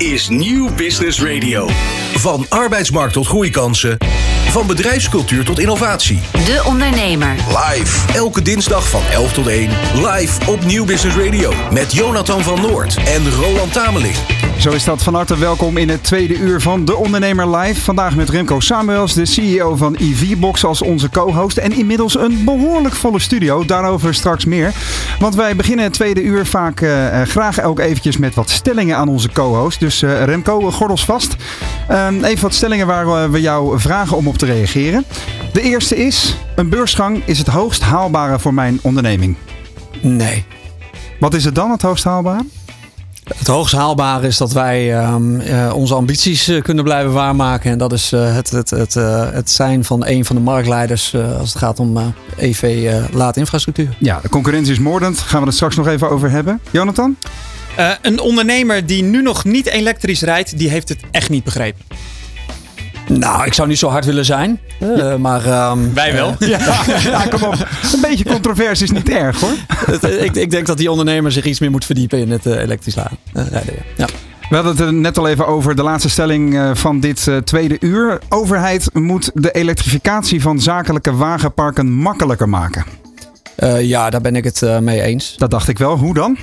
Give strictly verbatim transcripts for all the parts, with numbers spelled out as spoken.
is Nieuw Business Radio. Van arbeidsmarkt tot groeikansen. Van bedrijfscultuur tot innovatie. De Ondernemer. Live. Elke dinsdag van elf tot één. Live op Nieuw Business Radio. Met Jonathan van Noord en Roland Tameling. Zo is dat. Van harte welkom in het tweede uur van De Ondernemer Live. Vandaag met Remco Samuels, de C E O van E V Box als onze co-host. En inmiddels een behoorlijk volle studio. Daarover straks meer. Want wij beginnen het tweede uur vaak uh, graag ook eventjes met wat stellingen aan onze co-host. Dus uh, Remco, gordels vast. Um, even wat stellingen waar uh, we jou vragen om op te reageren. De eerste is, een beursgang is het hoogst haalbare voor mijn onderneming. Nee. Wat is het dan, het hoogst haalbare? Het hoogst haalbare is dat wij um, uh, onze ambities uh, kunnen blijven waarmaken. En dat is uh, het, het, het, uh, het zijn van een van de marktleiders uh, als het gaat om uh, E V uh, laadinfrastructuur. Ja, de concurrentie is moordend. Gaan we het straks nog even over hebben. Jonathan? Uh, een ondernemer die nu nog niet elektrisch rijdt, die heeft het echt niet begrepen. Nou, ik zou niet zo hard willen zijn. Uh, maar, um, Wij wel. Uh, ja, ja, kom op. Een beetje controversie is niet erg, hoor. ik, ik denk dat die ondernemer zich iets meer moet verdiepen in het uh, elektrisch laden. Uh, rijden. Ja. We hadden het er net al even over de laatste stelling van dit uh, tweede uur. Overheid moet de elektrificatie van zakelijke wagenparken makkelijker maken. Uh, ja, daar ben ik het uh, mee eens. Dat dacht ik wel. Hoe dan?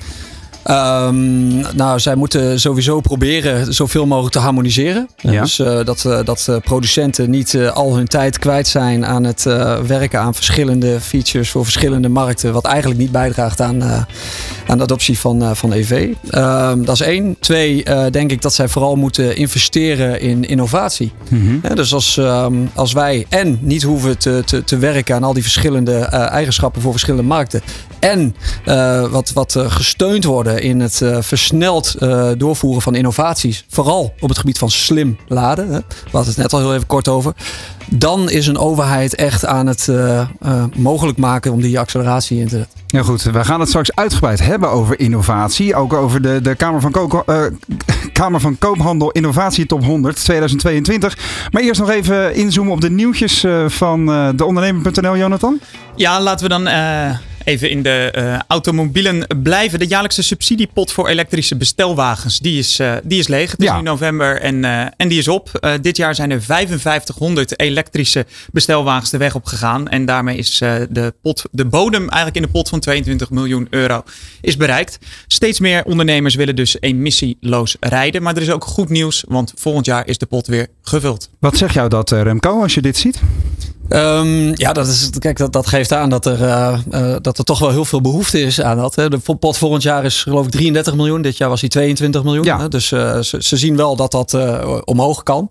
Um, nou, zij moeten sowieso proberen zoveel mogelijk te harmoniseren. Ja. Dus uh, dat, uh, dat uh, producenten niet uh, al hun tijd kwijt zijn aan het uh, werken aan verschillende features voor verschillende markten. Wat eigenlijk niet bijdraagt aan, uh, aan de adoptie van, uh, van E V. Um, dat is één. Twee, uh, denk ik dat zij vooral moeten investeren in innovatie. Mm-hmm. Ja, dus als, um, als wij en niet hoeven te, te, te werken aan al die verschillende uh, eigenschappen voor verschillende markten. En uh, wat, wat uh, gesteund worden in het uh, versneld uh, doorvoeren van innovaties. Vooral op het gebied van slim laden. Hè. We hadden het net al heel even kort over. Dan is een overheid echt aan het uh, uh, mogelijk maken om die acceleratie in te zetten. Ja goed, we gaan het straks uitgebreid hebben over innovatie. Ook over de, de Kamer, van Ko- uh, Kamer van Koophandel Innovatie Top honderd tweeduizend tweeëntwintig. Maar eerst nog even inzoomen op de nieuwtjes uh, van uh, de ondernemer punt n l, Jonathan. Ja, laten we dan uh, even in de uh, automobielen blijven. De jaarlijkse subsidiepot voor elektrische bestelwagens, die is, uh, die is leeg. Het is ja. nu november en, uh, en die is op. Uh, dit jaar zijn er vijfenvijftighonderd elektrische bestelwagens de weg op gegaan. En daarmee is uh, de, pot, de bodem eigenlijk in de pot van tweeëntwintig miljoen euro is bereikt. Steeds meer ondernemers willen dus emissieloos rijden. Maar er is ook goed nieuws, want volgend jaar is de pot weer gevuld. Wat zegt jou dat, Remco, als je dit ziet? Um, ja, dat, is, kijk, dat, dat geeft aan dat er, uh, uh, dat er toch wel heel veel behoefte is aan dat. Hè. De pot volgend jaar is geloof ik drieëndertig miljoen. Dit jaar was hij tweeëntwintig miljoen. Ja. Hè. Dus uh, ze, ze zien wel dat dat uh, omhoog kan.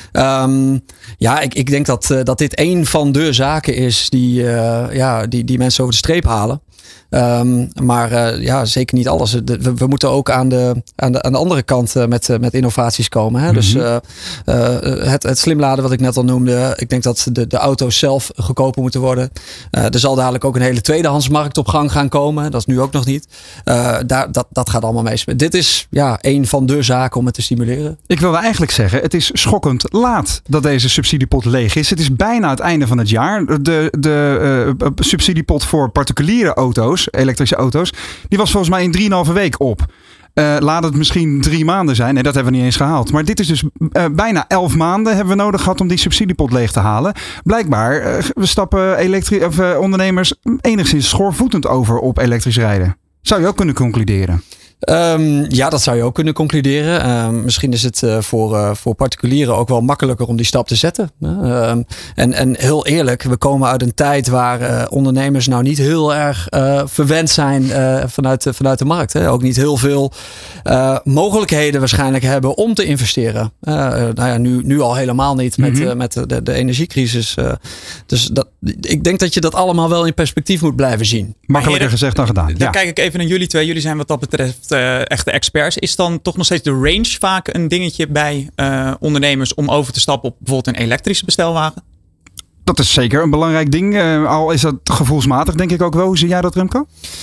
Um, ja, ik, ik denk dat, uh, dat dit een van de zaken is die, uh, ja, die, die mensen over de streep halen. Um, maar uh, ja, zeker niet alles. De, we, we moeten ook aan de, aan de, aan de andere kant uh, met, uh, met innovaties komen. Hè? Mm-hmm. Dus uh, uh, het, het slimladen wat ik net al noemde. Ik denk dat de, de auto's zelf goedkoper moeten worden. Uh, er zal dadelijk ook een hele tweedehandsmarkt op gang gaan komen. Dat is nu ook nog niet. Uh, daar, dat, dat gaat allemaal mee. Dit is ja, een van de zaken om het te stimuleren. Ik wilde eigenlijk zeggen, het is schokkend laat dat deze subsidiepot leeg is. Het is bijna het einde van het jaar. De, de uh, subsidiepot voor particuliere auto's, elektrische auto's, die was volgens mij in drieënhalve week op. Uh, laat het misschien drie maanden zijn. Nee, dat hebben we niet eens gehaald. Maar dit is dus uh, bijna elf maanden hebben we nodig gehad om die subsidiepot leeg te halen. Blijkbaar uh, we stappen elektri- of, uh, ondernemers enigszins schoorvoetend over op elektrisch rijden. Zou je ook kunnen concluderen? Um, ja, dat zou je ook kunnen concluderen. Um, misschien is het uh, voor, uh, voor particulieren ook wel makkelijker om die stap te zetten. Um, en, en heel eerlijk, we komen uit een tijd waar uh, ondernemers nou niet heel erg uh, verwend zijn uh, vanuit, uh, vanuit de markt. Hè. Ook niet heel veel uh, mogelijkheden waarschijnlijk hebben om te investeren. Uh, uh, nou ja, nu, nu al helemaal niet met, mm-hmm. uh, met de, de energiecrisis. Uh, dus dat, ik denk dat je dat allemaal wel in perspectief moet blijven zien. Makkelijker heren, gezegd dan gedaan. Dan ja. kijk ik even naar jullie twee. Jullie zijn wat dat betreft Uh, echte experts. Is dan toch nog steeds de range vaak een dingetje bij uh, ondernemers om over te stappen op bijvoorbeeld een elektrische bestelwagen? Dat is zeker een belangrijk ding. Uh, al is dat gevoelsmatig denk ik ook wel. Hoe zie jij dat, Remco?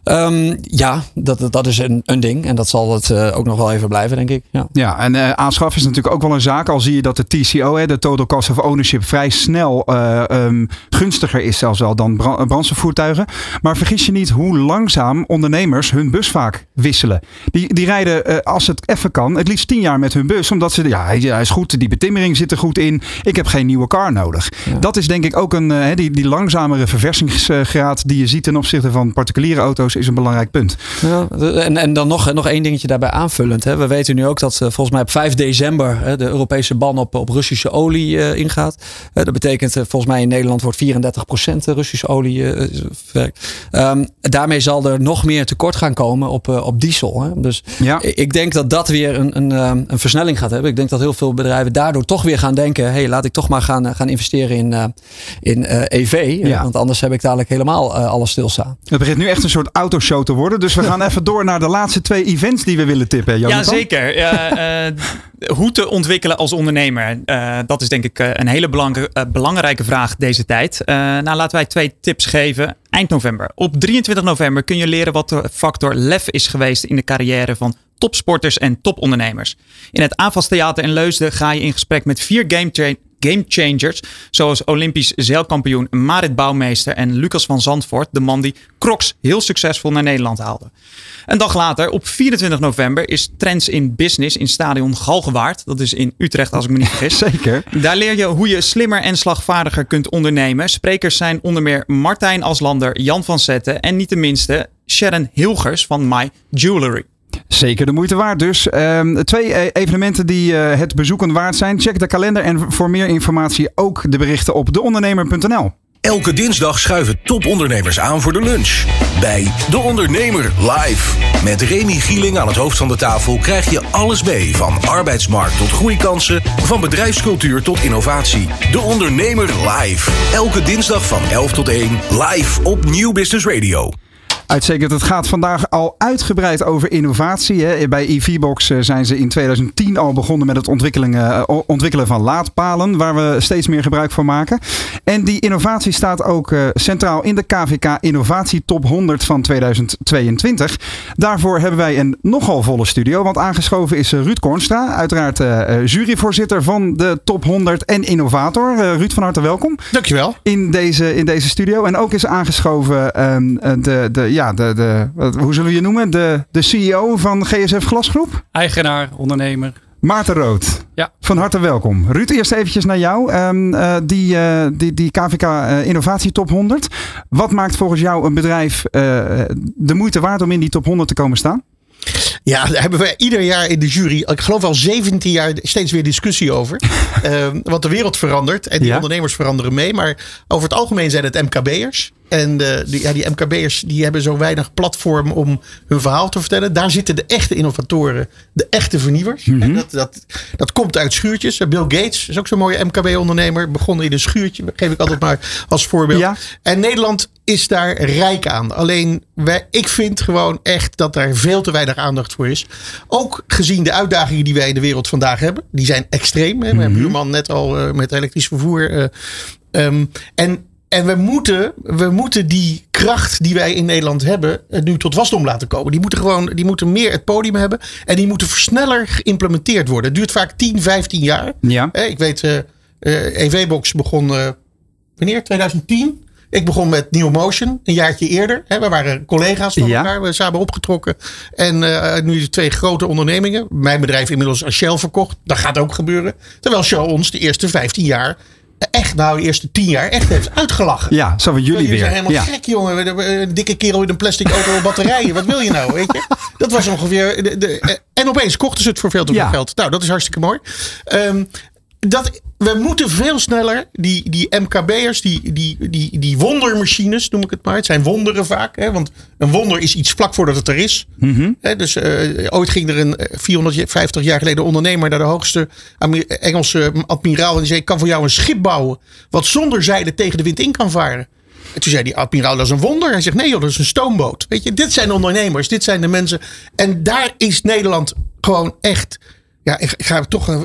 Um, ja, dat, dat is een, een ding. En dat zal het uh, ook nog wel even blijven, denk ik. Ja, ja en uh, aanschaf is natuurlijk ook wel een zaak. Al zie je dat de T C O, hè, de Total Cost of Ownership, vrij snel uh, um, gunstiger is zelfs wel dan brand, brandstofvoertuigen. Maar vergis je niet hoe langzaam ondernemers hun bus vaak wisselen. Die, die rijden, uh, als het even kan, het liefst tien jaar met hun bus. Omdat ze, ja, hij, hij is goed, die betimmering zit er goed in. Ik heb geen nieuwe car nodig. Ja. Dat is denk ik ook een, uh, die, die langzamere verversingsgraad die je ziet ten opzichte van particuliere auto's is een belangrijk punt. Ja, en, en dan nog, nog één dingetje daarbij aanvullend. Hè. We weten nu ook dat uh, volgens mij op vijf december hè, de Europese ban op, op Russische olie uh, ingaat. Uh, dat betekent uh, volgens mij in Nederland wordt vierendertig procent Russische olie uh, verwerkt. Um, daarmee zal er nog meer tekort gaan komen op, uh, op diesel. Hè. Dus ja. ik denk dat dat weer een, een, een versnelling gaat hebben. Ik denk dat heel veel bedrijven daardoor toch weer gaan denken, hé, hey, laat ik toch maar gaan, gaan investeren in, uh, in uh, E V. Ja. Want anders heb ik dadelijk helemaal uh, alles stilstaan. Het begint nu echt een soort autoshow te worden. Dus we gaan even door naar de laatste twee events die we willen tippen. Jonathan? Ja, zeker. Uh, uh, hoe te ontwikkelen als ondernemer. Uh, dat is denk ik uh, een hele belang- uh, belangrijke vraag deze tijd. Uh, nou, laten wij twee tips geven. Eind november. Op drieëntwintig november kun je leren wat de factor lef is geweest in de carrière van topsporters en topondernemers. In het Aanvalstheater in Leusden ga je in gesprek met vier game tra- gamechangers, zoals Olympisch zeilkampioen Marit Bouwmeester en Lucas van Zandvoort, de man die Crocs heel succesvol naar Nederland haalde. Een dag later, op vierentwintig november, is Trends in Business in stadion Galgenwaard. Dat is in Utrecht, als ik me niet vergis. Zeker. Daar leer je hoe je slimmer en slagvaardiger kunt ondernemen. Sprekers zijn onder meer Martijn Aslander, Jan van Zetten en niet de minste Sharon Hilgers van My Jewelry. Zeker de moeite waard dus. Um, twee evenementen die uh, het bezoeken waard zijn. Check de kalender en voor meer informatie ook de berichten op de ondernemer punt n l. Elke dinsdag schuiven topondernemers aan voor de lunch. Bij De Ondernemer Live. Met Remy Gieling aan het hoofd van de tafel krijg je alles mee. Van arbeidsmarkt tot groeikansen, van bedrijfscultuur tot innovatie. De Ondernemer Live. Elke dinsdag van elf tot één. Live op Nieuw Business Radio. Uitstekend. Het gaat vandaag al uitgebreid over innovatie. Hè. Bij E V Box zijn ze in twintig tien al begonnen met het ontwikkelen van laadpalen, waar we steeds meer gebruik van maken. En die innovatie staat ook centraal in de K V K Innovatie Top honderd van tweeduizend tweeëntwintig. Daarvoor hebben wij een nogal volle studio, want aangeschoven is Ruud Kornstra, uiteraard uh, juryvoorzitter van de Top honderd en innovator. Uh, Ruud, van harte welkom. Dankjewel. In deze, in deze studio. En ook is aangeschoven um, de, de Ja, de, de, hoe zullen we je noemen? De, de C E O van G S F Glasgroep? Eigenaar, ondernemer. Maarten Rood. Ja. Van harte welkom. Ruud, eerst eventjes naar jou. Um, uh, die, uh, die, die K V K uh, Innovatie Top honderd. Wat maakt volgens jou een bedrijf uh, de moeite waard om in die top honderd te komen staan? Ja, daar hebben we ieder jaar in de jury, ik geloof al zeventien jaar, steeds weer discussie over. uh, want de wereld verandert en die ja. ondernemers veranderen mee. Maar over het algemeen zijn het M K B'ers. En uh, die, ja, die M K B'ers die hebben zo weinig platform om hun verhaal te vertellen. Daar zitten de echte innovatoren, de echte vernieuwers. Mm-hmm. En dat, dat, dat komt uit schuurtjes. Bill Gates is ook zo'n mooie M K B-ondernemer. Begonnen in een schuurtje, geef ik altijd maar als voorbeeld. Ja. En Nederland is daar rijk aan. Alleen wij, ik vind gewoon echt dat daar veel te weinig aandacht voor is. Ook gezien de uitdagingen die wij in de wereld vandaag hebben. Die zijn extreem. Hè? Mm-hmm. Mijn buurman net al uh, met elektrisch vervoer. Uh, um, en En we moeten, we moeten die kracht die wij in Nederland hebben nu tot wasdom laten komen. Die moeten gewoon, die moeten meer het podium hebben. En die moeten versneller geïmplementeerd worden. Het duurt vaak tien, vijftien jaar. Ja. Ik weet, uh, uh, E V Box begon, uh, wanneer? twintig tien. Ik begon met New Motion een jaartje eerder. We waren collega's van ja. elkaar. We samen opgetrokken. En uh, nu twee grote ondernemingen. Mijn bedrijf inmiddels aan Shell verkocht. Dat gaat ook gebeuren. Terwijl Shell ons de eerste vijftien jaar... echt nou de eerste tien jaar echt heeft uitgelachen. Ja, zo van jullie weer. Jullie zijn helemaal ja. gek, jongen. Een dikke kerel in een plastic auto met batterijen. Wat wil je nou, weet je? Dat was ongeveer... De, de, en opeens kochten ze het voor veel te veel ja. geld. Nou, dat is hartstikke mooi. Um, dat, we moeten veel sneller die, die M K B'ers, die, die, die, die wondermachines, noem ik het maar. Het zijn wonderen vaak. Hè, want een wonder is iets vlak voordat het er is. Mm-hmm. Hè, dus uh, ooit ging er een vierhonderdvijftig jaar geleden ondernemer naar de hoogste Engelse admiraal. En die zei, ik kan voor jou een schip bouwen wat zonder zeilen tegen de wind in kan varen. En toen zei die admiraal, dat is een wonder. Hij zegt, nee joh, dat is een stoomboot. Weet je, dit zijn ondernemers, dit zijn de mensen. En daar is Nederland gewoon echt... Ja, ik ga toch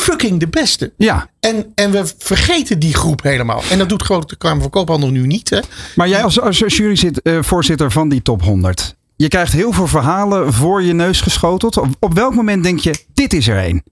fucking de beste. Ja. En, en we vergeten die groep helemaal. En dat doet gewoon de Kamer van Koophandel nu niet. Hè. Maar jij als, als juryvoorzitter uh, van die top honderd. Je krijgt heel veel verhalen voor je neus geschoteld. Op, op welk moment denk je, dit is er één?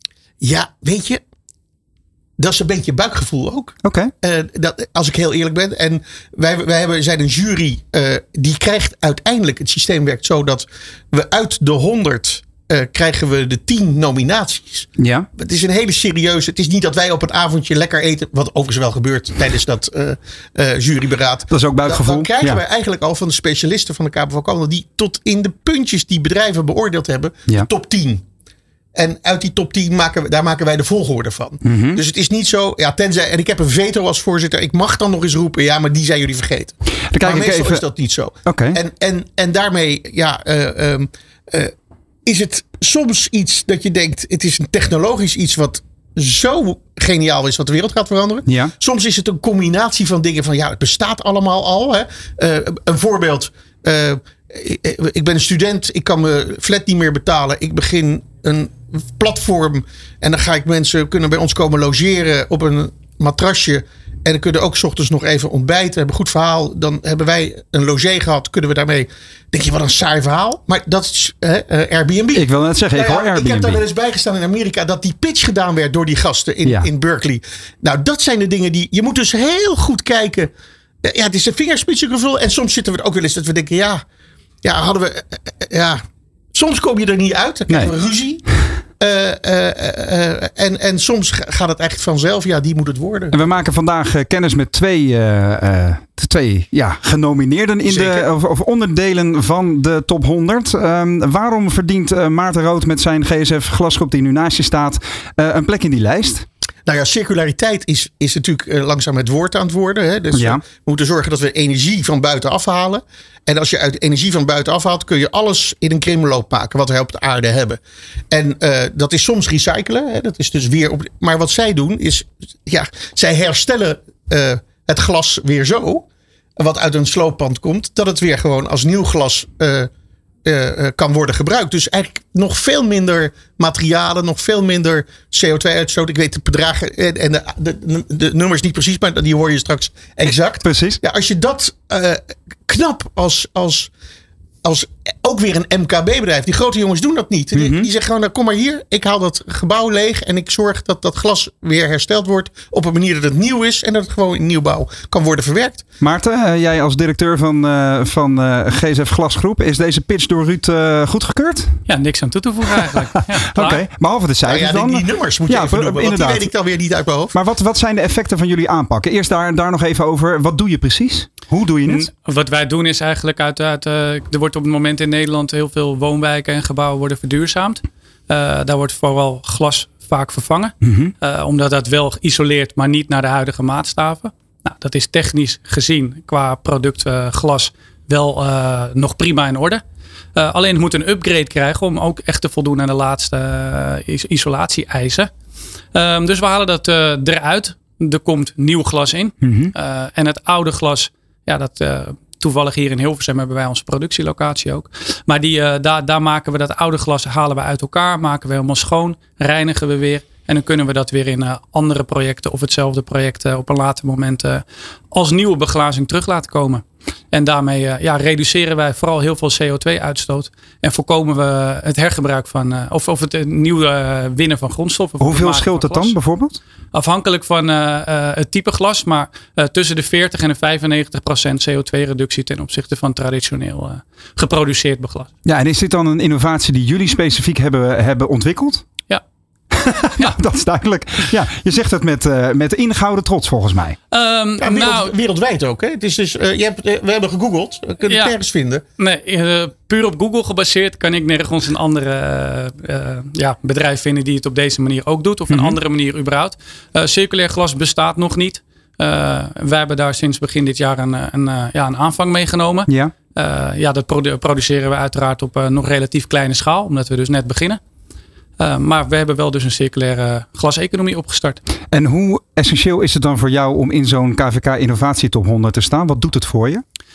Ja, weet je. Dat is een beetje buikgevoel ook. Oké. Okay. Uh, dat, als ik heel eerlijk ben. En wij, wij hebben, zijn een jury. Uh, die krijgt uiteindelijk. Het systeem werkt zo dat we uit de honderd. Uh, krijgen we de tien nominaties. Ja. Het is een hele serieuze. Het is niet dat wij op een avondje lekker eten. Wat overigens wel gebeurt tijdens dat uh, uh, juryberaad. Dat is ook buikgevoel. Dan, dan krijgen ja. wij eigenlijk al van de specialisten van de Kamer van Koophandel. Die tot in de puntjes die bedrijven beoordeeld hebben. Ja. Top tien. En uit die top tien maken we, daar maken wij de volgorde van. Mm-hmm. Dus het is niet zo. Ja, tenzij. En ik heb een veto als voorzitter. Ik mag dan nog eens roepen. Ja, maar die zijn jullie vergeten. Dan kijk maar ik meestal even... is dat niet zo. Okay. En, en, en daarmee. Ja. Uh, um, uh, is het soms iets dat je denkt. Het is een technologisch iets wat zo geniaal is. Wat de wereld gaat veranderen. Ja. Soms is het een combinatie van dingen. Van ja, het bestaat allemaal al. Hè. Uh, een voorbeeld. Uh, ik, ik ben een student. Ik kan mijn flat niet meer betalen. Ik begin een platform. En dan ga ik mensen kunnen bij ons komen logeren op een matrasje. En dan kunnen ook 's ochtends nog even ontbijten. Hebben een goed verhaal. Dan hebben wij een logé gehad. Kunnen we daarmee. Denk je, wat een saai verhaal. Maar dat is uh, Airbnb. Ik wil net zeggen, ik nou hoor ja, Airbnb. Ik heb daar wel eens bij gestaan in Amerika. Dat die pitch gedaan werd door die gasten in, ja. in Berkeley. Nou, dat zijn de dingen die. Je moet dus heel goed kijken. Ja, het is een vingerspitsengevoel. En soms zitten we er ook wel eens dat we denken. Ja, ja hadden we. Ja. Soms kom je er niet uit. Dan krijgen nee. we ruzie. Uh, uh, uh, en, en soms gaat het eigenlijk vanzelf. Ja, die moet het worden. En we maken vandaag uh, kennis met twee, uh, uh, twee ja, genomineerden in de, of, of onderdelen van de top honderd. Um, waarom verdient uh, Maarten Rood met zijn G S F glasgroep die nu naast je staat uh, een plek in die lijst? Nou ja, circulariteit is, is natuurlijk uh, langzaam het woord aan het worden. Hè? Dus ja. uh, we moeten zorgen dat we energie van buiten afhalen. En als je uit energie van buiten afhaalt, kun je alles in een kringloop maken wat wij op de aarde hebben. En uh, dat is soms recyclen. Hè? Dat is dus weer op. Maar wat zij doen is, ja, zij herstellen uh, het glas weer zo, wat uit een slooppand komt, dat het weer gewoon als nieuw glas uh, Uh, kan worden gebruikt. Dus eigenlijk nog veel minder materialen, nog veel minder C O twee uitstoot. Ik weet de bedragen en de, de, de nummers niet precies, maar die hoor je straks exact. Precies. Ja, als je dat uh, knap als, als, als ook weer een M K B-bedrijf. Die grote jongens doen dat niet. Die, Mm-hmm. die zeggen gewoon, nou, kom maar hier. Ik haal dat gebouw leeg en ik zorg dat dat glas weer hersteld wordt op een manier dat het nieuw is en dat het gewoon in nieuwbouw kan worden verwerkt. Maarten, jij als directeur van, uh, van uh, G S F Glasgroep, is deze pitch door Ruud uh, goedgekeurd? Ja, niks aan toe te voegen eigenlijk. Ja, Oké, okay. Behalve de cijfers nou ja, dan. Die, die nummers moet je ja, even noemen, want inderdaad. die weet ik dan weer niet uit mijn hoofd. Maar wat, wat zijn de effecten van jullie aanpakken? Eerst daar, daar nog even over. Wat doe je precies? Hoe doe je het? Wat wij doen is eigenlijk uit, uit uh, er wordt op het moment in Nederland heel veel woonwijken en gebouwen worden verduurzaamd. Uh, daar wordt vooral glas vaak vervangen. Mm-hmm. Uh, omdat dat wel isoleert, maar niet naar de huidige maatstaven. Nou, dat is technisch gezien qua product uh, glas wel uh, nog prima in orde. Uh, alleen het moet een upgrade krijgen om ook echt te voldoen aan de laatste uh, is- isolatie-eisen. Um, dus we halen dat uh, eruit. Er komt nieuw glas in. Mm-hmm. Uh, en het oude glas, ja, dat uh, toevallig hier in Hilversum hebben wij onze productielocatie ook. Maar die, uh, daar, daar maken we dat oude glas, halen we uit elkaar, maken we helemaal schoon, reinigen we weer. En dan kunnen we dat weer in uh, andere projecten of hetzelfde project uh, op een later moment uh, als nieuwe beglazing terug laten komen. En daarmee uh, ja, reduceren wij vooral heel veel C O twee uitstoot. En voorkomen we het hergebruik van, uh, of, of het uh, nieuwe uh, winnen van grondstoffen. Hoeveel scheelt het dan bijvoorbeeld? Afhankelijk van uh, uh, het type glas, maar uh, tussen de veertig en de vijfennegentig procent C O twee reductie ten opzichte van traditioneel uh, geproduceerd beglas. Ja, en is dit dan een innovatie die jullie specifiek hebben, hebben ontwikkeld? Ja. Nou, dat is duidelijk. Ja, je zegt het met, uh, met ingehouden trots volgens mij. Um, Ja, wereld, nou, wereldwijd ook. Hè? Het is dus, uh, je hebt, uh, we hebben gegoogeld. We kunnen Ja. het ergens vinden. nee, uh, puur op Google gebaseerd kan ik nergens een andere uh, uh, ja, bedrijf vinden die het op deze manier ook doet. Of een Mm-hmm. andere manier überhaupt. Uh, circulair glas bestaat nog niet. Uh, wij hebben daar sinds begin dit jaar een, een, uh, ja, een aanvang mee genomen. Ja. Uh, ja, dat produ- produceren we uiteraard op uh, nog relatief kleine schaal. Omdat we dus net beginnen. Uh, maar we hebben wel dus een circulaire glaseconomie opgestart. En hoe essentieel is het dan voor jou om in zo'n K V K Innovatie Top honderd te staan? Wat doet het voor je?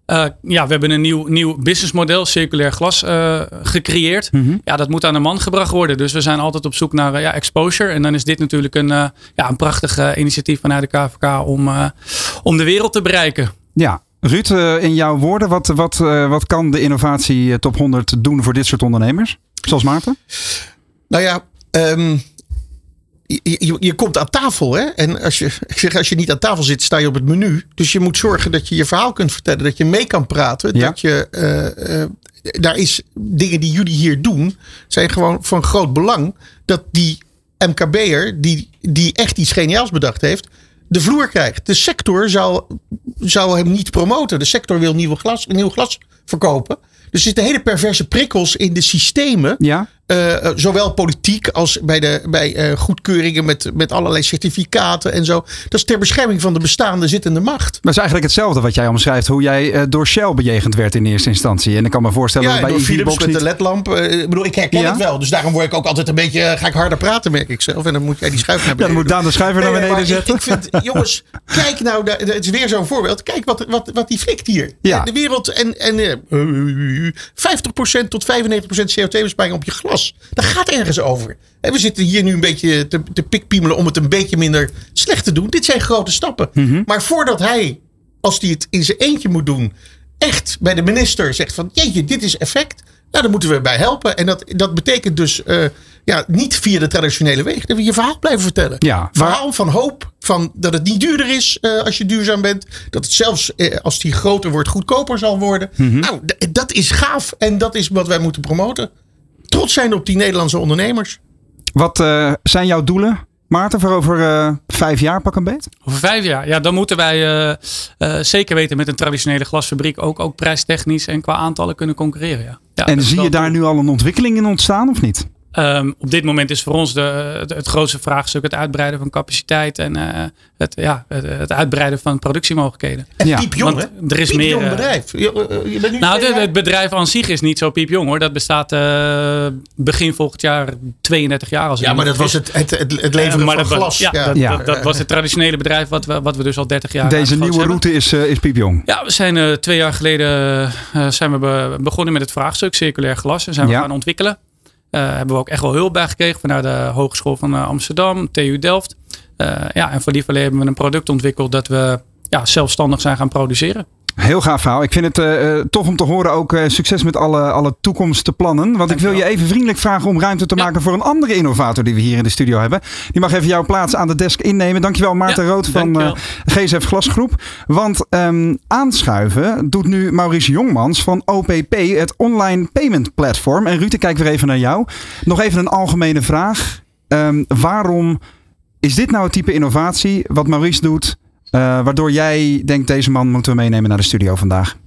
Uh, ja, we hebben een nieuw, nieuw businessmodel, circulair glas, uh, gecreëerd. Mm-hmm. Ja, dat moet aan de man gebracht worden. Dus we zijn altijd op zoek naar uh, ja, exposure. En dan is dit natuurlijk een, uh, ja, een prachtig uh, initiatief vanuit de K V K om, uh, om de wereld te bereiken. Ja, Ruud, uh, in jouw woorden, wat, wat, uh, wat kan de innovatie top honderd doen voor dit soort ondernemers? Zoals Maarten? Nou ja, um, je, je, je komt aan tafel. Hè? En als je, ik zeg, als je niet aan tafel zit, sta je op het menu. Dus je moet zorgen dat je je verhaal kunt vertellen. Dat je mee kan praten. Ja. Dat je, uh, uh, daar is dingen die jullie hier doen, zijn gewoon van groot belang. Dat die M K B'er, die, die echt iets geniaals bedacht heeft, de vloer krijgt. De sector zou, zou hem niet promoten. De sector wil nieuw glas, nieuw glas verkopen. Dus er zitten hele perverse prikkels in de systemen. Ja. Uh, zowel politiek als bij, de, bij uh, goedkeuringen met, met allerlei certificaten en zo. Dat is ter bescherming van de bestaande zittende macht. Maar het is eigenlijk hetzelfde wat jij omschrijft. Hoe jij uh, door Shell bejegend werd in eerste instantie. En ik kan me voorstellen ja, dat bij door Philips niet... met de ledlamp. Uh, ik bedoel, ik herken ja? het wel. Dus daarom word ik ook altijd een beetje, uh, ga ik harder praten, merk ik zelf. En dan moet jij die schuif naar beneden. Ja, dan moet Daan de schuiver nee, naar beneden zetten. Ik, ik vind, jongens, kijk nou, de, de, het is weer zo'n voorbeeld. Kijk wat, wat, wat die flikt hier. Ja. De wereld en, en uh, vijftig procent tot vijfennegentig procent C O twee besparing op je glas. Dat gaat ergens over. En we zitten hier nu een beetje te, te pikpiemelen om het een beetje minder slecht te doen. Dit zijn grote stappen. Mm-hmm. Maar voordat hij, als hij het in zijn eentje moet doen, echt bij de minister zegt van jeetje, dit is effect. Nou, daar moeten we bij helpen. En dat, dat betekent dus uh, ja, niet via de traditionele weg. Dat we je verhaal blijven vertellen. Ja, verhaal maar... van hoop. Van dat het niet duurder is uh, als je duurzaam bent. Dat het zelfs uh, als die groter wordt goedkoper zal worden. Mm-hmm. Nou, d- dat is gaaf. En dat is wat wij moeten promoten. Trots zijn op die Nederlandse ondernemers. Wat uh, zijn jouw doelen, Maarten, voor over uh, vijf jaar pak een beet? Over vijf jaar? Ja, dan moeten wij uh, uh, zeker weten met een traditionele glasfabriek ook, ook prijstechnisch en qua aantallen kunnen concurreren. Ja. Ja, en zie je daar nu al een ontwikkeling in ontstaan of niet? Um, op dit moment is voor ons de, de, het grootste vraagstuk het uitbreiden van capaciteit en uh, het, ja, het, het uitbreiden van productiemogelijkheden. En ja. piepjong, Want er is piepjong meer, bedrijf. Je, je bent nu nou, de, het bedrijf aan zich is niet zo piepjong hoor. Dat bestaat uh, begin volgend jaar tweeëndertig jaar. Als ja, maar dat was het, het, het, het leveren uh, van dat, glas. Ja, ja. Dat, ja. Dat, dat was het traditionele bedrijf wat we, wat we dus al dertig jaar Deze nieuwe route is, uh, is piepjong. Ja, we zijn uh, twee jaar geleden uh, zijn we be- begonnen met het vraagstuk circulair glas. En zijn we ja. gaan ontwikkelen. Uh, hebben we ook echt wel hulp bij gekregen vanuit de Hogeschool van uh, Amsterdam, T U Delft. Uh, ja, en voor die verleden hebben we een product ontwikkeld dat we ja, zelfstandig zijn gaan produceren. Heel gaaf verhaal. Ik vind het uh, tof om te horen ook uh, succes met alle, alle toekomstplannen. Want ik wil je even vriendelijk vragen om ruimte te ja. maken voor een andere innovator die we hier in de studio hebben. Die mag even jouw plaats aan de desk innemen. Dankjewel Maarten ja, Rood van uh, G S F Glasgroep. Want um, aanschuiven doet nu Maurice Jongmans van O P P, het online payment platform. En Ruud, ik kijk weer even naar jou. Nog even een algemene vraag. Um, waarom is dit nou het type innovatie wat Maurice doet? Uh, waardoor jij denkt, deze man moeten we meenemen naar de studio vandaag.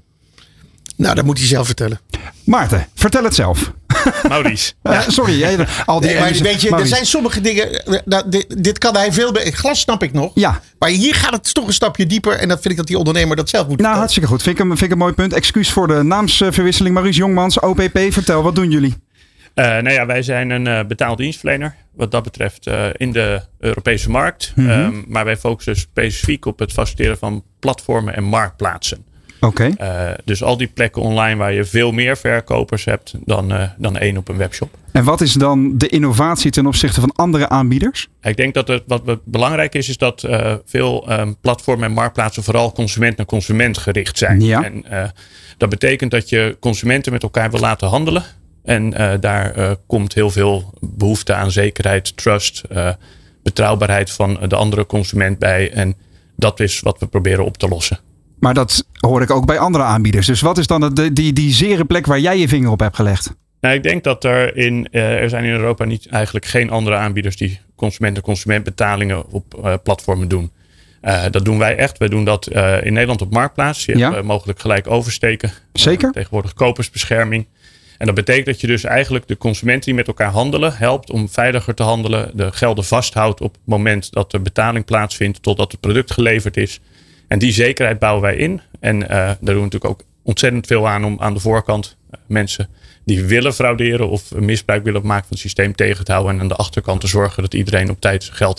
Nou, dat moet hij zelf vertellen. Maarten, vertel het zelf. Maurice. Ja, sorry. Jij, al die nee, maar weet je, er zijn sommige dingen. Nou, dit, dit kan hij veel beter. Glas snap ik nog. Ja. Maar hier gaat het toch een stapje dieper. En dat vind ik dat die ondernemer dat zelf moet Nou, vertellen. Hartstikke goed. Vind ik, een, vind ik een mooi punt. Excuus voor de naamsverwisseling. Maurice Jongmans, O P P. Vertel, wat doen jullie? Uh, nou ja, wij zijn een uh, betaalde dienstverlener. Wat dat betreft uh, in de Europese markt. Mm-hmm. Um, maar wij focussen specifiek op het faciliteren van platformen en marktplaatsen. Oké. Okay. Uh, dus al die plekken online waar je veel meer verkopers hebt dan, uh, dan één op een webshop. En wat is dan de innovatie ten opzichte van andere aanbieders? Ik denk dat het, wat belangrijk is, is dat uh, veel um, platformen en marktplaatsen vooral consument naar consument gericht zijn. Ja. En uh, dat betekent dat je consumenten met elkaar wil laten handelen. En uh, daar uh, komt heel veel behoefte aan zekerheid, trust, uh, betrouwbaarheid van de andere consument bij. En dat is wat we proberen op te lossen. Maar dat hoor ik ook bij andere aanbieders. Dus wat is dan de, die, die zere plek waar jij je vinger op hebt gelegd? Nou, ik denk dat er in, uh, er zijn in Europa niet, eigenlijk geen andere aanbieders die consument-to-consument betalingen op uh, platformen doen. Uh, dat doen wij echt. Wij doen dat uh, in Nederland op Marktplaats. Je ja. hebt uh, mogelijk gelijk oversteken. Zeker. Uh, tegenwoordig kopersbescherming. En dat betekent dat je dus eigenlijk de consumenten die met elkaar handelen helpt om veiliger te handelen. De gelden vasthoudt op het moment dat de betaling plaatsvindt totdat het product geleverd is. En die zekerheid bouwen wij in. En uh, daar doen we natuurlijk ook ontzettend veel aan om aan de voorkant uh, mensen die willen frauderen of misbruik willen maken van het systeem tegen te houden. En aan de achterkant te zorgen dat iedereen op tijd geld krijgt.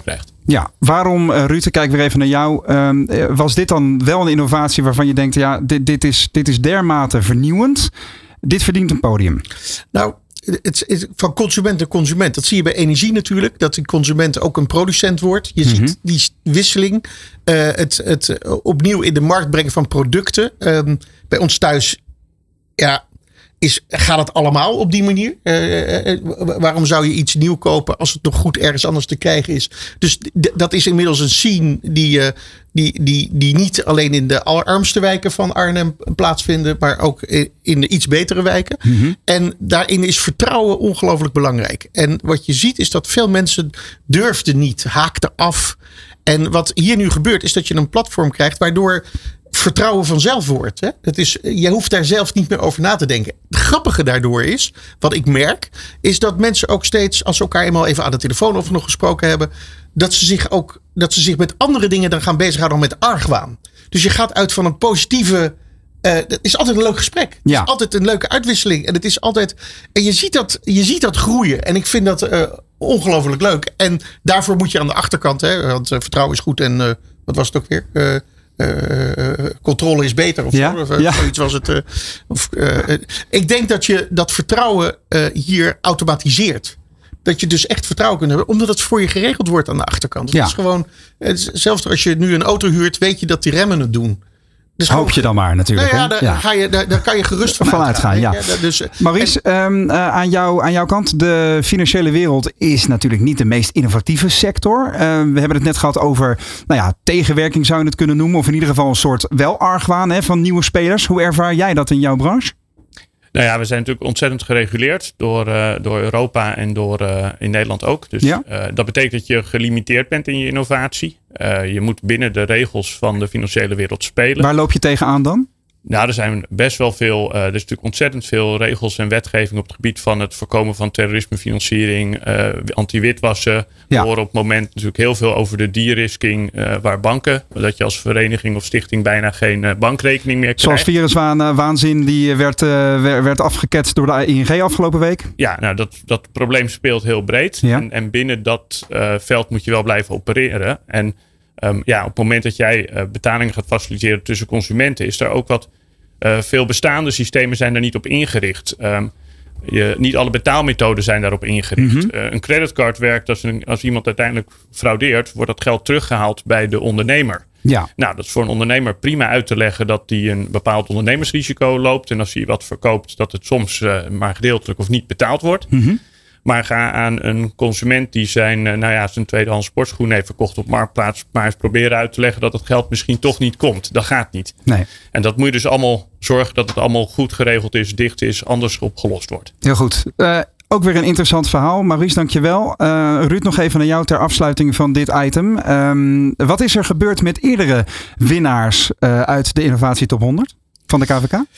Ja, waarom, uh, Ruud, kijk weer even naar jou. Uh, was dit dan wel een innovatie waarvan je denkt, ja, dit, dit, is, dit is dermate vernieuwend. Dit verdient een podium. Nou, het is van consument naar consument. Dat zie je bij energie natuurlijk. Dat de consument ook een producent wordt. Je mm-hmm. ziet die wisseling. Uh, het, het opnieuw in de markt brengen van producten. Um, bij ons thuis, ja... Is, gaat het allemaal op die manier? Uh, uh, waarom zou je iets nieuw kopen als het nog goed ergens anders te krijgen is? Dus d- dat is inmiddels een scene die, uh, die, die, die niet alleen in de allerarmste wijken van Arnhem plaatsvinden, maar ook in de iets betere wijken. Mm-hmm. En daarin is vertrouwen ongelooflijk belangrijk. En wat je ziet is dat veel mensen durfden niet, haakten af. En wat hier nu gebeurt is dat je een platform krijgt waardoor vertrouwen vanzelf wordt. Hè? Het is, je hoeft daar zelf niet meer over na te denken. Het grappige daardoor is, wat ik merk, is dat mensen ook steeds, als ze elkaar eenmaal even aan de telefoon of nog gesproken hebben, dat ze zich ook, dat ze zich met andere dingen dan gaan bezighouden dan met argwaan. Dus je gaat uit van een positieve. Uh, het is altijd een leuk gesprek. Ja. Het is altijd een leuke uitwisseling. En het is altijd. En je ziet dat, je ziet dat groeien. En ik vind dat uh, ongelooflijk leuk. En daarvoor moet je aan de achterkant, hè, want uh, vertrouwen is goed en uh, wat was het ook weer? Uh, Uh, uh, controle is beter of ja, zo. Of, ja. Zoiets was het. Uh, of, uh, uh, ik denk dat je dat vertrouwen uh, hier automatiseert. Dat je dus echt vertrouwen kunt hebben. Omdat het voor je geregeld wordt aan de achterkant. Dus ja. Het is gewoon. Het is, zelfs als je nu een auto huurt, weet je dat die remmen het doen. Dus hoop gewoon, je dan maar natuurlijk. Nou ja, daar, ja. Ga je, daar, daar kan je gerust van, van uitgaan. Ja. Ja, dus, Maurice, en, um, uh, aan, jou, aan jouw kant. De financiële wereld is natuurlijk niet de meest innovatieve sector. Uh, we hebben het net gehad over nou ja, tegenwerking zou je het kunnen noemen. Of in ieder geval een soort wel argwaan hè, van nieuwe spelers. Hoe ervaar jij dat in jouw branche? Nou ja, we zijn natuurlijk ontzettend gereguleerd door, uh, door Europa en door uh, in Nederland ook. Dus ja. uh, dat betekent dat je gelimiteerd bent in je innovatie. Uh, je moet binnen de regels van de financiële wereld spelen. Waar loop je tegenaan dan? Nou, er zijn best wel veel, uh, er is natuurlijk ontzettend veel regels en wetgeving op het gebied van het voorkomen van terrorismefinanciering, uh, anti-witwassen. We ja. horen op het moment natuurlijk heel veel over de de-risking, uh, waar banken, dat je als vereniging of stichting bijna geen uh, bankrekening meer krijgt. Zoals viruswaanzin die werd, uh, werd afgeketst door de I N G afgelopen week. Ja, nou dat, dat probleem speelt heel breed. Ja. En, en binnen dat uh, veld moet je wel blijven opereren. En Um, ja, op het moment dat jij uh, betalingen gaat faciliteren tussen consumenten, is er ook wat uh, veel bestaande systemen zijn daar niet op ingericht. Um, je, niet alle betaalmethoden zijn daarop ingericht. Mm-hmm. Uh, een creditcard werkt als, een, als iemand uiteindelijk fraudeert, wordt dat geld teruggehaald bij de ondernemer. Ja. Nou, dat is voor een ondernemer prima uit te leggen dat hij een bepaald ondernemersrisico loopt. En als hij wat verkoopt, dat het soms uh, maar gedeeltelijk of niet betaald wordt. Mm-hmm. Maar ga aan een consument die zijn, nou ja, zijn tweedehands sportschoen heeft verkocht op Marktplaats, maar eens proberen uit te leggen dat het geld misschien toch niet komt. Dat gaat niet. Nee. En dat moet je dus allemaal zorgen dat het allemaal goed geregeld is, dicht is, anders opgelost wordt. Heel goed. Uh, ook weer een interessant verhaal. Maurice, dankjewel. Uh, Ruud, nog even naar jou ter afsluiting van dit item. Um, wat is er gebeurd met eerdere winnaars uh, uit de Innovatie Top honderd van de K V K?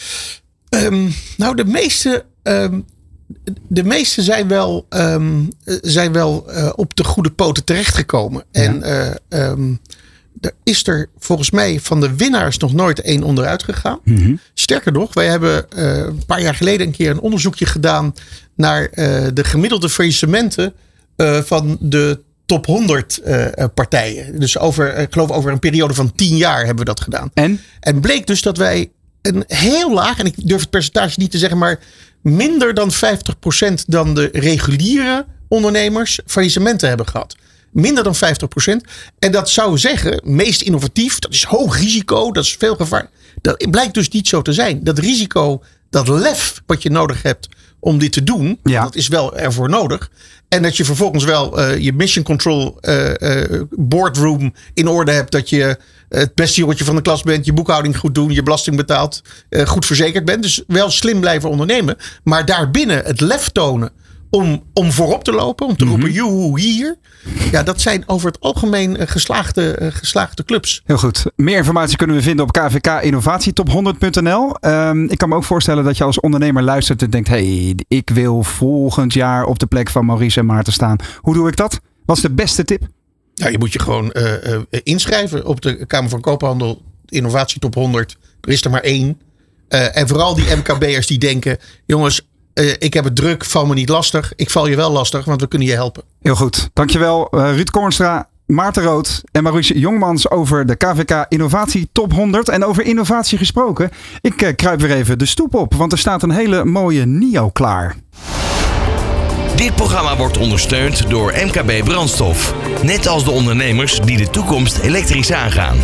Um, nou, de meeste... Um De meeste zijn wel, um, zijn wel uh, op de goede poten terechtgekomen. Ja. En uh, um, er is er volgens mij van de winnaars nog nooit één onderuit gegaan. Mm-hmm. Sterker nog, wij hebben uh, een paar jaar geleden een keer een onderzoekje gedaan naar uh, de gemiddelde faillissementen uh, van de top honderd uh, partijen. Dus over, ik geloof over een periode van tien jaar hebben we dat gedaan. En? En bleek dus dat wij een heel laag, en ik durf het percentage niet te zeggen, maar minder dan vijftig procent dan de reguliere ondernemers faillissementen hebben gehad. Minder dan vijftig procent. En dat zou zeggen, meest innovatief, dat is hoog risico, dat is veel gevaar. Dat blijkt dus niet zo te zijn. Dat risico, dat lef wat je nodig hebt om dit te doen, ja. dat is wel ervoor nodig. En dat je vervolgens wel uh, je mission control uh, uh, boardroom in orde hebt. Dat je het beste jongetje van de klas bent. Je boekhouding goed doen. Je belasting betaalt. Uh, goed verzekerd bent. Dus wel slim blijven ondernemen. Maar daarbinnen het lef tonen om, om voorop te lopen. Om te mm-hmm. roepen, joehoe, hier. Ja, dat zijn over het algemeen uh, geslaagde, uh, geslaagde clubs. Heel goed. Meer informatie kunnen we vinden op k v k innovatie top honderd punt n l. Um, ik kan me ook voorstellen dat je als ondernemer luistert en denkt, hey, ik wil volgend jaar op de plek van Maurice en Maarten staan. Hoe doe ik dat? Wat is de beste tip? Ja, je moet je gewoon uh, uh, inschrijven op de Kamer van Koophandel Innovatie Top honderd. Er is er maar één. Uh, en vooral die M K B'ers die denken, jongens, uh, ik heb het druk, val me niet lastig. Ik val je wel lastig, want we kunnen je helpen. Heel goed. Dankjewel uh, Ruud Koornstra, Maarten Rood en Marusje Jongmans over de K V K Innovatie Top honderd. En over innovatie gesproken, ik uh, kruip weer even de stoep op, want er staat een hele mooie NIO klaar. Dit programma wordt ondersteund door M K B Brandstof. Net als de ondernemers die de toekomst elektrisch aangaan.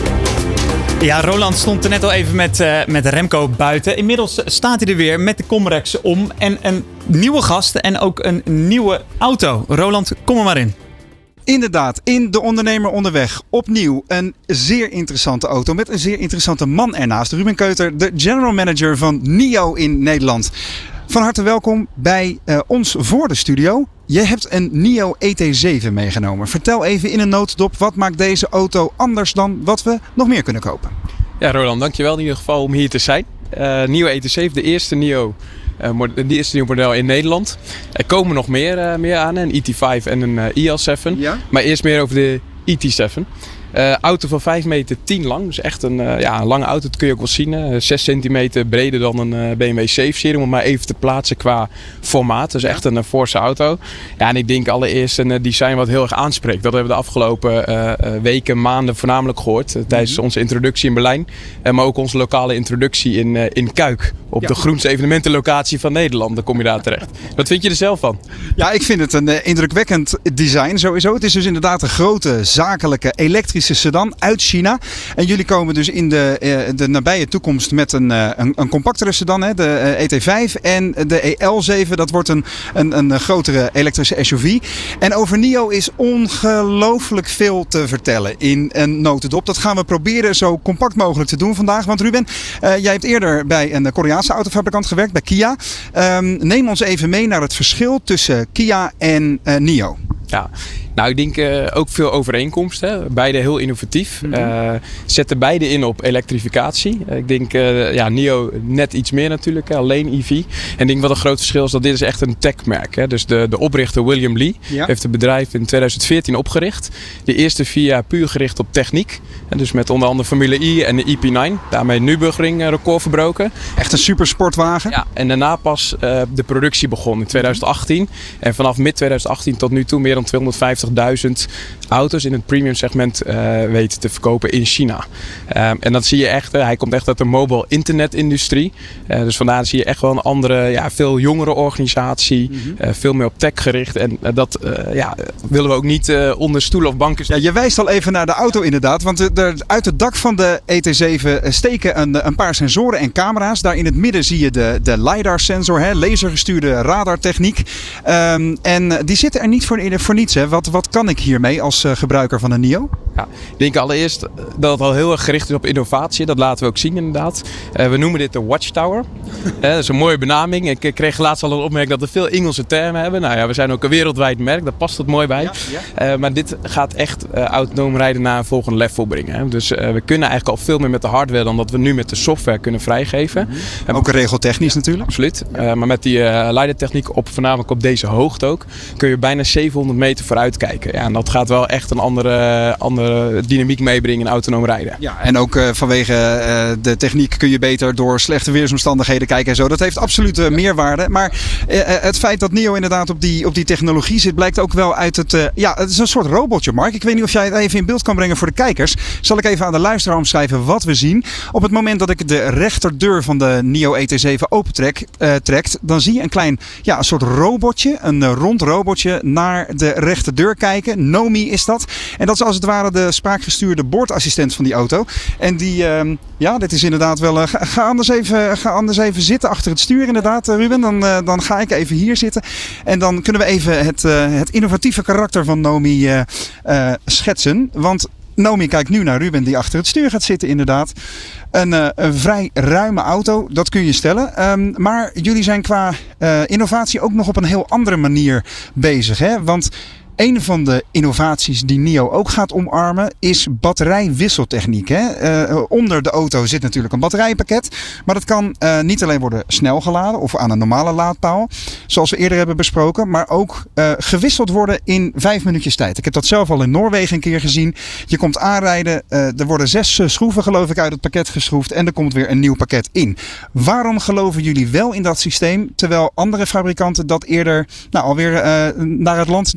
Ja, Roland stond er net al even met, uh, met Remco buiten. Inmiddels staat hij er weer met de Comrex om. En een nieuwe gast en ook een nieuwe auto. Roland, kom er maar in. Inderdaad, in De Ondernemer Onderweg. Opnieuw een zeer interessante auto met een zeer interessante man ernaast. Ruben Keuter, de general manager van NIO in Nederland. Van harte welkom bij uh, ons voor de studio. Je hebt een NIO E T zeven meegenomen. Vertel even in een notendop, wat maakt deze auto anders dan wat we nog meer kunnen kopen? Ja, Roland, dankjewel in ieder geval om hier te zijn. Uh, NIO E T zeven, de eerste NIO, uh, de eerste nieuw model in Nederland. Er komen nog meer, uh, meer aan, een E T vijf en een uh, E L zeven. Ja? Maar eerst meer over de E T zeven. Uh, auto van vijf meter tien lang, dus echt een, uh, ja, een lange auto, dat kun je ook wel zien. Uh, zes centimeter breder dan een uh, B M W zeven serie, om het maar even te plaatsen qua formaat. Dus echt een uh, forse auto. Ja, en ik denk allereerst een uh, design wat heel erg aanspreekt. Dat hebben we de afgelopen uh, uh, weken, maanden voornamelijk gehoord. Uh, tijdens mm-hmm. onze introductie in Berlijn. Uh, maar ook onze lokale introductie in, uh, in Kuik. Op ja. de groenste evenementenlocatie van Nederland. Dan kom je daar terecht. Wat vind je er zelf van? Ja, ik vind het een uh, indrukwekkend design sowieso. Het is dus inderdaad een grote zakelijke elektrische sedan uit China. En jullie komen dus in de, uh, de nabije toekomst met een, uh, een, een compactere sedan, hè, de uh, E T vijf en de E L zeven. Dat wordt een, een, een grotere elektrische S U V. En over NIO is ongelooflijk veel te vertellen in een notendop. Dat gaan we proberen zo compact mogelijk te doen vandaag. Want Ruben, uh, jij hebt eerder bij een Koreaanse autofabrikant gewerkt, bij Kia. Um, neem ons even mee naar het verschil tussen Kia en uh, NIO. Ja, nou ik denk uh, ook veel overeenkomsten. Beide heel innovatief. Mm-hmm. Uh, zetten beide in op elektrificatie. Uh, ik denk uh, ja, NIO net iets meer natuurlijk, hè, alleen E V. En ik denk wat een groot verschil is dat dit is echt een techmerk. Hè. Dus de, de oprichter William Li ja. heeft het bedrijf in twintig veertien opgericht. De eerste vier jaar puur gericht op techniek. En dus met onder andere Formule E en de E P negen. Daarmee Nürburgring uh, record verbroken. Echt een supersportwagen. Ja, en daarna pas uh, de productie begon in twintig achttien. En vanaf mid twintig achttien tot nu toe meer dan tweehonderdvijftigduizend auto's in het premium segment uh, weten te verkopen in China. Um, en dat zie je echt, uh, hij komt echt uit de mobile internetindustrie. Uh, dus vandaar zie je echt wel een andere, ja, veel jongere organisatie. Mm-hmm. uh, veel meer op tech gericht. En uh, dat uh, ja, willen we ook niet uh, onder stoelen of banken. Ja, je wijst al even naar de auto inderdaad. Want de, de, uit het dak van de E T zeven steken een, een paar sensoren en camera's. Daar in het midden zie je de, de LiDAR sensor, hè, lasergestuurde radartechniek. Um, en die zitten er niet voor, voor niets. Hè. Wat, wat kan ik hiermee als uh, gebruiker van een NIO? Ja, ik denk allereerst dat het al heel erg gericht is op innovatie. Dat laten we ook zien inderdaad. Uh, we noemen dit de Watchtower. uh, dat is een mooie benaming. Ik kreeg laatst al een opmerking dat we veel Engelse termen hebben. Nou ja, we zijn ook een wereldwijd merk. Daar past het mooi bij. Ja, ja. Uh, maar dit gaat echt uh, autonoom rijden naar een volgende level brengen. Hè. Dus uh, we kunnen eigenlijk al veel meer met de hardware dan dat we nu met de software kunnen vrijgeven. Mm-hmm. Ook regeltechnisch ja, natuurlijk. Absoluut. Uh, maar met die uh, LiDAR-techniek op, voornamelijk op deze hoogte ook, kun je bijna zevenhonderd meter vooruit kijken. Ja, en dat gaat wel echt een andere, andere dynamiek meebrengen in autonoom rijden. Ja, en ook uh, vanwege uh, de techniek kun je beter door slechte weersomstandigheden kijken en zo. Dat heeft absoluut uh, meerwaarde. Maar uh, het feit dat NIO inderdaad op die, op die technologie zit, blijkt ook wel uit het... Uh, ja, het is een soort robotje, Mark. Ik weet niet of jij het even in beeld kan brengen voor de kijkers. Zal ik even aan de luisteraar omschrijven wat we zien. Op het moment dat ik de rechterdeur van de NIO E T zeven opentrek, uh, trekt, dan zie je een klein, ja, een soort robotje, een uh, rond robotje naar de rechterdeur kijken. Nomi is dat. En dat is als het ware de spraakgestuurde boordassistent van die auto. En die, uh, ja, dit is inderdaad wel... Uh, ga, ga, anders even, ga anders even zitten achter het stuur inderdaad, uh, Ruben. Dan, uh, dan ga ik even hier zitten. En dan kunnen we even het, uh, het innovatieve karakter van Nomi uh, uh, schetsen. Want Nomi kijkt nu naar Ruben die achter het stuur gaat zitten inderdaad. Een, uh, een vrij ruime auto, dat kun je stellen. Um, maar jullie zijn qua uh, innovatie ook nog op een heel andere manier bezig. Hè? Want een van de innovaties die NIO ook gaat omarmen is batterijwisseltechniek. Hè? Uh, onder de auto zit natuurlijk een batterijpakket. Maar dat kan uh, niet alleen worden snel geladen of aan een normale laadpaal. Zoals we eerder hebben besproken. Maar ook uh, gewisseld worden in vijf minuutjes tijd. Ik heb dat zelf al in Noorwegen een keer gezien. Je komt aanrijden. Uh, er worden zes uh, schroeven geloof ik uit het pakket geschroefd. En er komt weer een nieuw pakket in. Waarom geloven jullie wel in dat systeem? Terwijl andere fabrikanten dat eerder nou, alweer uh, naar het land der fabelen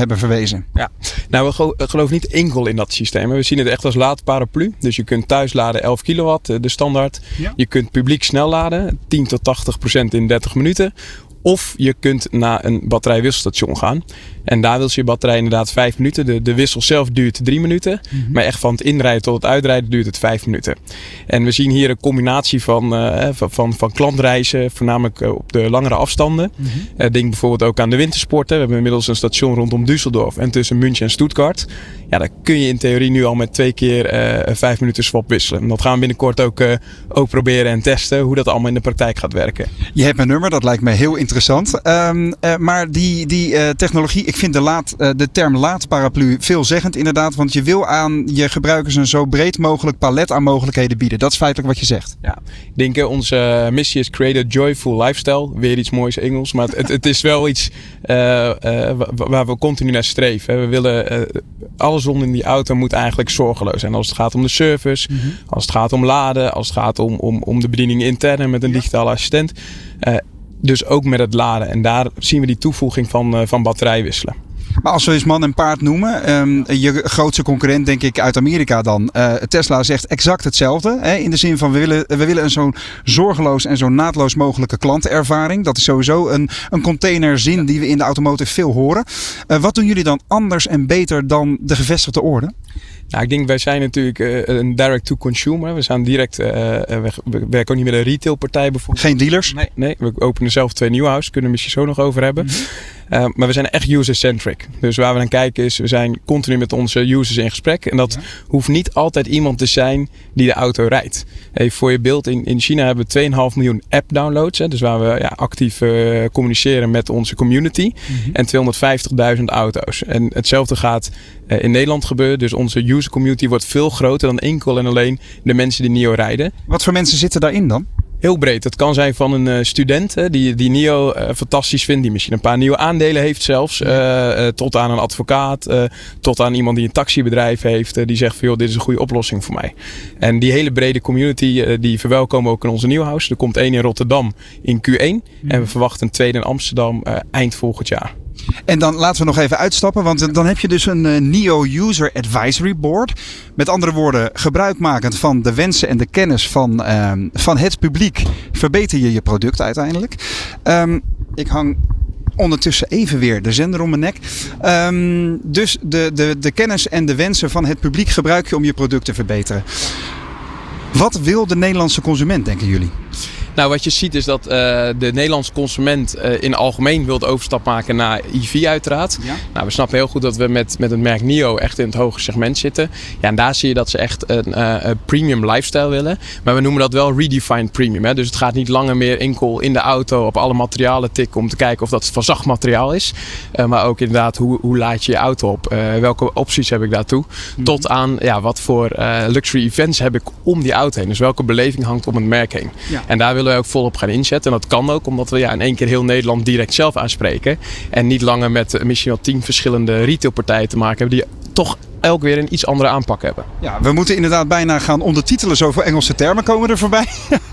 hebben verwezen. Ja, nou we gelo- geloven niet enkel in dat systeem. We zien het echt als laadparaplu. Dus je kunt thuis laden elf kilowatt, de standaard. Ja. Je kunt publiek snel laden, tien tot tachtig procent in dertig minuten. Of je kunt naar een batterijwisselstation gaan. En daar wil je batterij inderdaad vijf minuten. De, de wissel zelf duurt drie minuten. Mm-hmm. Maar echt van het inrijden tot het uitrijden duurt het vijf minuten. En we zien hier een combinatie van, uh, van, van, van klantreizen. Voornamelijk uh, op de langere afstanden. Mm-hmm. Uh, denk bijvoorbeeld ook aan de wintersporten. We hebben inmiddels een station rondom Düsseldorf. En tussen München en Stuttgart. Ja, daar kun je in theorie nu al met twee keer uh, vijf minuten swap wisselen. En dat gaan we binnenkort ook, uh, ook proberen en testen. Hoe dat allemaal in de praktijk gaat werken. Je hebt mijn nummer. Dat lijkt mij heel interessant. Um, uh, maar die, die uh, technologie... Ik vind de, laad, uh, de term laadparaplu veelzeggend inderdaad. Want je wil aan je gebruikers een zo breed mogelijk palet aan mogelijkheden bieden. Dat is feitelijk wat je zegt. Ja, ik denk uh, onze missie is create a joyful lifestyle. Weer iets moois Engels. Maar het, het is wel iets uh, uh, waar we continu naar streven. We willen... Uh, alles rondom die auto moet eigenlijk zorgeloos zijn. Als het gaat om de service. Mm-hmm. Als het gaat om laden. Als het gaat om, om, om de bediening intern met een digitale assistent. Uh, Dus ook met het laden. En daar zien we die toevoeging van, uh, van batterijwisselen. Maar als we eens man en paard noemen. Um, je grootste concurrent denk ik uit Amerika dan. Uh, Tesla zegt exact hetzelfde. Hè, in de zin van we willen, we willen een zo'n zorgeloos en zo naadloos mogelijke klantenervaring. Dat is sowieso een, een containerzin die we in de automotive veel horen. Uh, wat doen jullie dan anders en beter dan de gevestigde orde? Nou, ik denk wij zijn natuurlijk uh, een direct-to-consumer. We zijn direct, uh, we, we werken ook niet met een retailpartij bijvoorbeeld. Geen dealers? Nee, nee, we openen zelf twee nieuwe houses. Kunnen we misschien zo nog over hebben. Mm-hmm. Uh, maar we zijn echt user-centric. Dus waar we naar kijken is, we zijn continu met onze users in gesprek. En dat ja. hoeft niet altijd iemand te zijn die de auto rijdt. Hey, voor je beeld, in, in China hebben we twee komma vijf miljoen app-downloads. Hè, dus waar we ja, actief uh, communiceren met onze community. Mm-hmm. En tweehonderdvijftigduizend auto's. En hetzelfde gaat uh, in Nederland gebeuren. Dus onze user community wordt veel groter dan enkel en alleen de mensen die NIO rijden. Wat voor mensen zitten daarin dan? Heel breed. Het kan zijn van een uh, student hè, die, die NIO uh, fantastisch vindt. Die misschien een paar nieuwe aandelen heeft zelfs. Uh, uh, tot aan een advocaat. Uh, tot aan iemand die een taxibedrijf heeft. Uh, die zegt van joh, dit is een goede oplossing voor mij. En die hele brede community uh, die verwelkomen we ook in onze nieuwhouse. Er komt één in Rotterdam in Q één. Mm. En we verwachten een tweede in Amsterdam uh, eind volgend jaar. En dan laten we nog even uitstappen, want dan heb je dus een uh, NIO User Advisory Board. Met andere woorden, gebruikmakend van de wensen en de kennis van, uh, van het publiek verbeter je je product uiteindelijk. Um, ik hang ondertussen even weer de zender om mijn nek. Um, dus de, de, de kennis en de wensen van het publiek gebruik je om je product te verbeteren. Wat wil de Nederlandse consument, denken jullie? Nou, wat je ziet is dat uh, de Nederlandse consument uh, in het algemeen wil de overstap maken naar E V uiteraard. Ja. Nou, we snappen heel goed dat we met, met het merk NIO echt in het hoge segment zitten. Ja, en daar zie je dat ze echt een, uh, een premium lifestyle willen. Maar we noemen dat wel redefined premium. Hè? Dus het gaat niet langer meer enkel in de auto op alle materialen tikken om te kijken of dat van zacht materiaal is. Uh, maar ook inderdaad, hoe, hoe laad je je auto op? Uh, welke opties heb ik daartoe? Mm-hmm. Tot aan ja, wat voor uh, luxury events heb ik om die auto heen. Dus welke beleving hangt om het merk heen. Ja. En daar willen wij ook volop gaan inzetten. En dat kan ook omdat we ja, in één keer heel Nederland direct zelf aanspreken. En niet langer met uh, misschien wel tien verschillende retailpartijen te maken hebben die toch elk weer een iets andere aanpak hebben. Ja, we moeten inderdaad bijna gaan ondertitelen. Zoveel Engelse termen komen er voorbij.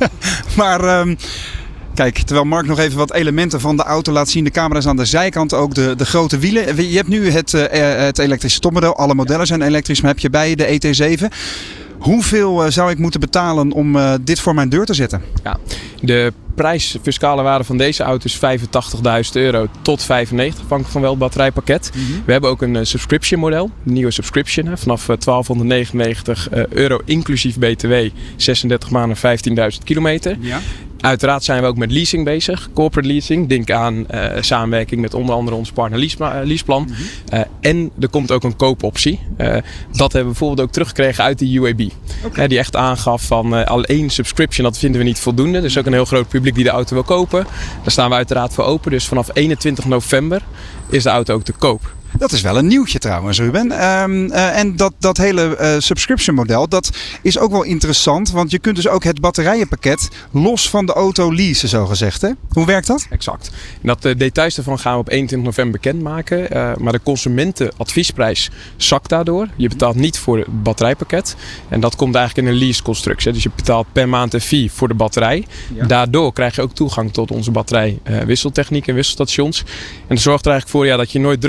maar um, kijk, terwijl Mark nog even wat elementen van de auto laat zien. De camera's aan de zijkant, ook de, de grote wielen. Je hebt nu het, uh, het elektrische topmodel. Alle modellen zijn elektrisch, maar heb je bij de E T zeven. Hoeveel uh, zou ik moeten betalen om uh, dit voor mijn deur te zetten? Ja, de prijs, fiscale waarde van deze auto is vijfentachtigduizend euro tot vijfennegentig, afhankelijk van welk batterijpakket. Mm-hmm. We hebben ook een uh, subscription model, een nieuwe subscription, hè, vanaf uh, twaalfhonderdnegenennegentig uh, euro inclusief B T W, zesendertig maanden, vijftienduizend kilometer. Ja. Uiteraard zijn we ook met leasing bezig, corporate leasing. Denk aan uh, samenwerking met onder andere ons partner Lease, uh, Leaseplan. Mm-hmm. Uh, en er komt ook een koopoptie. Uh, dat hebben we bijvoorbeeld ook teruggekregen uit de U A B. Okay. Uh, die echt aangaf van uh, alleen subscription, dat vinden we niet voldoende. Er is ook een heel groot publiek die de auto wil kopen. Daar staan we uiteraard voor open. Dus vanaf eenentwintig november is de auto ook te koop. Dat is wel een nieuwtje trouwens, Ruben. Um, uh, en dat, dat hele uh, subscription model, dat is ook wel interessant. Want je kunt dus ook het batterijenpakket los van de auto leasen, zo gezegd. Hè? Hoe werkt dat? Exact. En dat de details daarvan gaan we op eenentwintig november bekendmaken. Uh, maar de consumentenadviesprijs zakt daardoor. Je betaalt niet voor het batterijpakket. En dat komt eigenlijk in een leaseconstructie. Dus je betaalt per maand een fee voor de batterij. Ja. Daardoor krijg je ook toegang tot onze batterijwisseltechniek uh, en wisselstations. En dat zorgt er eigenlijk voor ja, dat je nooit druk hoeft te maken